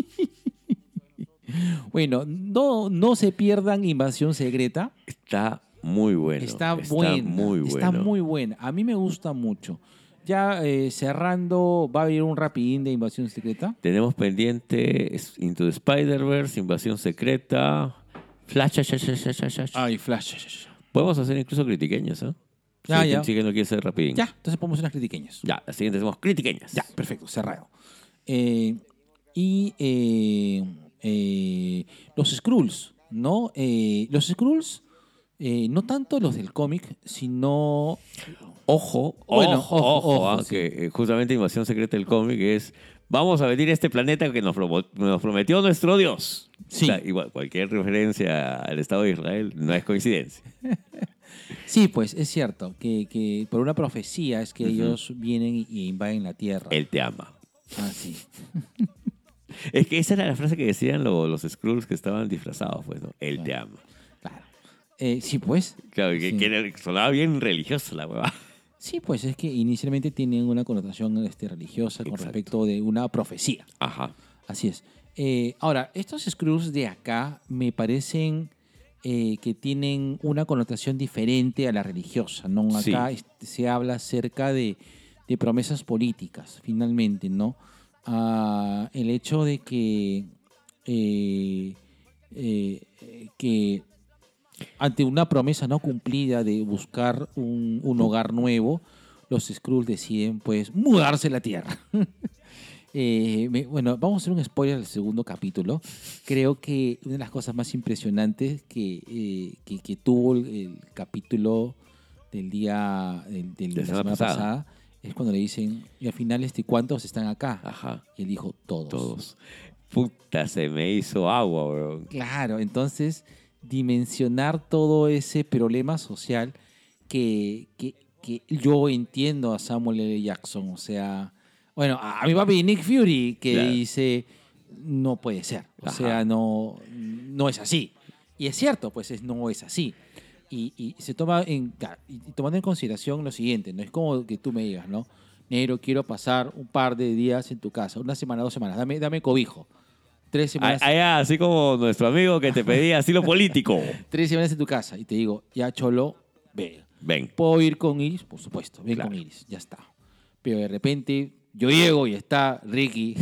Bueno, no, no se pierdan Invasión Secreta. Está muy bueno. Está, buena. muy bueno. Está muy buena. A mí me gusta mucho. Ya eh, cerrando, va a haber un rapidín de Invasión Secreta. Tenemos pendiente es- Into the Spider-Verse, Invasión Secreta, Flash. Flash, Flash, Flash, Flash, Flash. Ay, Flash. Podemos hacer incluso critiqueñas, ¿eh? Ya, si, ya. si que no quiere ser rapidín. Ya, entonces ponemos unas critiqueñas. Ya, la siguiente hacemos critiqueñas. Ya, perfecto, cerrado. Eh, y eh, eh, los Skrulls, ¿no? Eh, los Skrulls, eh, no tanto los del cómic, sino... Ojo, Bueno, ojo, ojo, ojo, ojo, ah, sí. que eh, justamente Invasión Secreta del cómic es vamos a venir a este planeta que nos, promo- nos prometió nuestro Dios. Sí. O sea, igual, cualquier referencia al Estado de Israel no es coincidencia. Sí, pues es cierto, que, que por una profecía es que ellos vienen y, y invaden la Tierra. Él te ama. Ah, sí. Es que esa era la frase que decían lo- los Skrulls que estaban disfrazados, pues, ¿no? Él te ama. Claro. Eh, sí, pues. Claro, que, Sí. que era- sonaba bien religioso la hueva. Sí, pues es que inicialmente tienen una connotación este, religiosa con Exacto. respecto de una profecía. Ajá. Así es. Eh, ahora, estos Skrulls de acá me parecen eh, que tienen una connotación diferente a la religiosa, ¿no? Acá Sí. este, se habla acerca de, de promesas políticas, finalmente, ¿no? Ah, el hecho de que, eh, eh, eh, que ante una promesa no cumplida de buscar un, un hogar nuevo, los Skrulls deciden, pues, mudarse a la Tierra. Eh, me- bueno, vamos a hacer un spoiler del segundo capítulo. Creo que una de las cosas más impresionantes que, eh, que, que tuvo el, el capítulo del día del- del- de la semana pasada. es cuando le dicen, y al final, este, ¿cuántos están acá? Ajá. Y él dijo, todos. Todos. Puta, se me hizo agua, bro. Claro, entonces dimensionar todo ese problema social que, que, que yo entiendo a Samuel L. Jackson, o sea, bueno, a, a mi papi Nick Fury que Claro. dice, no puede ser, o Ajá. sea, no, no es así. Y es cierto, pues es, no es así. Y, y se toma en, claro, y tomando en consideración lo siguiente, no es como que tú me digas, ¿no? Negro, quiero pasar un par de días en tu casa, una semana, dos semanas, dame, dame cobijo. Tres semanas. Allá, así como nuestro amigo que te pedía asilo político. Tres semanas en tu casa y te digo, ya Cholo, ve. Ven. ¿Puedo ir con Iris? Por supuesto, ven Claro. con Iris, ya está. Pero de repente yo llego y está Ricky,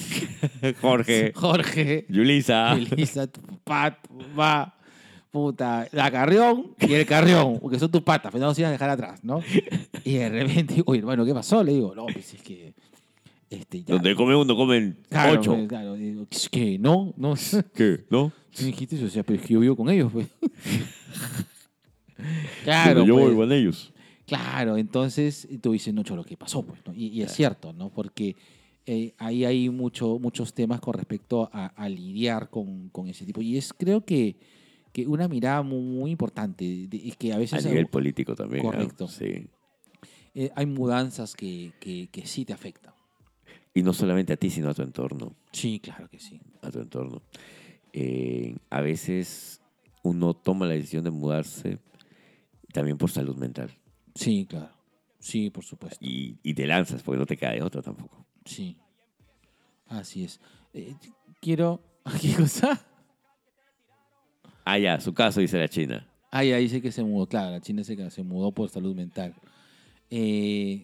Jorge, Jorge, Yulisa. Elisa, tu Pat, va, puta, la Carrión y el Carrión, porque son tus patas, pero no los ibas a dejar atrás, ¿no? Y de repente, oye, hermano, ¿qué pasó? Le digo, no, pues es que, este, ya. Donde come uno, comen Claro, ocho. pues, claro, digo, es que no, no. ¿Qué? ¿No? ¿Qué dijiste eso? O sea, pero es que yo vivo con ellos, pues. Claro, Donde yo pues. voy con ellos. Claro, entonces tú dices, no, Cholo, ¿qué pasó? Pues, ¿no? Y, y es cierto, ¿no? Porque eh, ahí hay mucho, muchos temas con respecto a, a lidiar con, con ese tipo. Y es, creo que, que una mirada muy, muy importante. Y que a veces A nivel hay, político también. Correcto. ¿no? Sí. eh, hay mudanzas que, que, que sí te afectan. Y no solamente a ti, sino a tu entorno. Sí, claro que sí. A tu entorno. Eh, a veces uno toma la decisión de mudarse también por salud mental. Sí, claro. Sí, por supuesto. Y, y te lanzas porque no te queda de otra tampoco. Sí. Así es. Eh, quiero... ¿Qué cosa? Ah, ya, su caso, dice la China. Ah, ya dice que se mudó. Claro, la China se, se mudó por salud mental. Eh...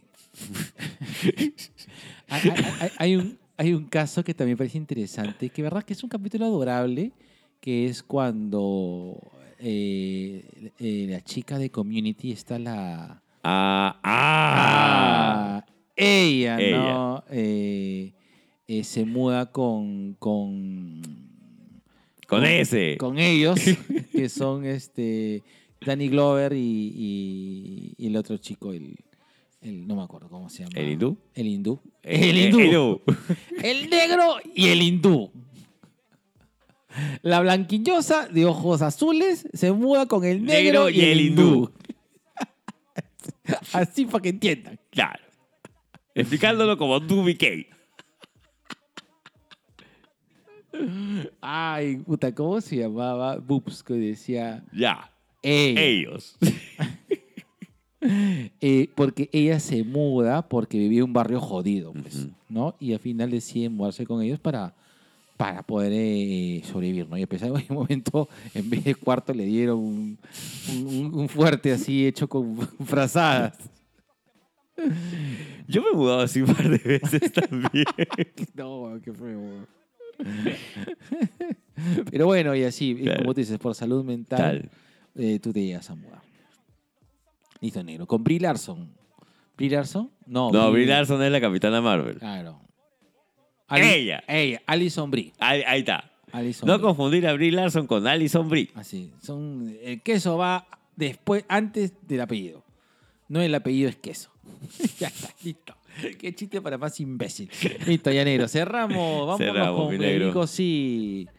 hay, hay, hay, un, hay un caso que también parece interesante, que verdad que es un capítulo adorable, que es cuando eh, eh, la chica de Community está la... Ah, ah. Ah, ella, Ella. ¿no? Eh, eh, se muda con... con Con ese. Con ellos, que son este Danny Glover y, y, y el otro chico, el, el... No me acuerdo cómo se llama. ¿El hindú? El hindú. Eh, El eh, hindú. hindú. El negro y el hindú. La blanquillosa de ojos azules se muda con el negro, Negro y, el hindú. Así para que entiendan. Claro. Explicándolo como tú, B K. Ay, puta, ¿cómo se llamaba? Boops, que decía... Ya. Ella. Ellos. Eh, porque ella se muda porque vivía en un barrio jodido, pues, Ujú. ¿no? Y al final decide mudarse con ellos para, para poder eh, sobrevivir, ¿no? Y a pesar de que en un momento, en vez de cuarto, le dieron un, un- un fuerte así hecho con frazadas. Yo me he mudado así un par de veces también. No, qué feo. Pero bueno, y así, y Claro. como tú dices, por salud mental, Tal. eh, tú te llegas a mudar. Listo, negro. Con Brie Larson. ¿Brie Larson? No, No, Brie Larson es la Capitana Marvel. Claro. Ella. Ella, Alison Brie. Ahí, ahí está. Alison No Brie. confundir a Brie Larson con Alison Brie. Así. Son, el queso va después, antes del apellido. No, el apellido es queso. Ya está, listo. Qué chiste para más imbécil. Listo, ya negro. Cerramos. Vámonos Cerramos, con mi negro. Vico, sí.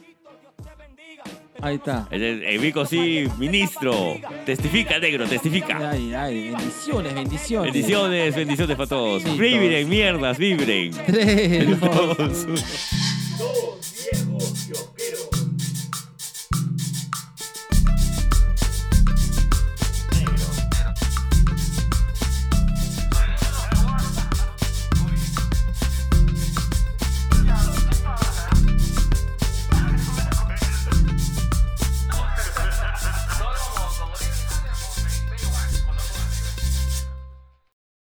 Ahí está. El, el, el Vico sí, ministro. Testifica, negro, testifica. Ay, ay, bendiciones, bendiciones. Bendiciones, bendiciones para todos. Sí, Vibren, todos. mierdas, vibren. Tres, dos, Todos. Dos viejos kiosqueros.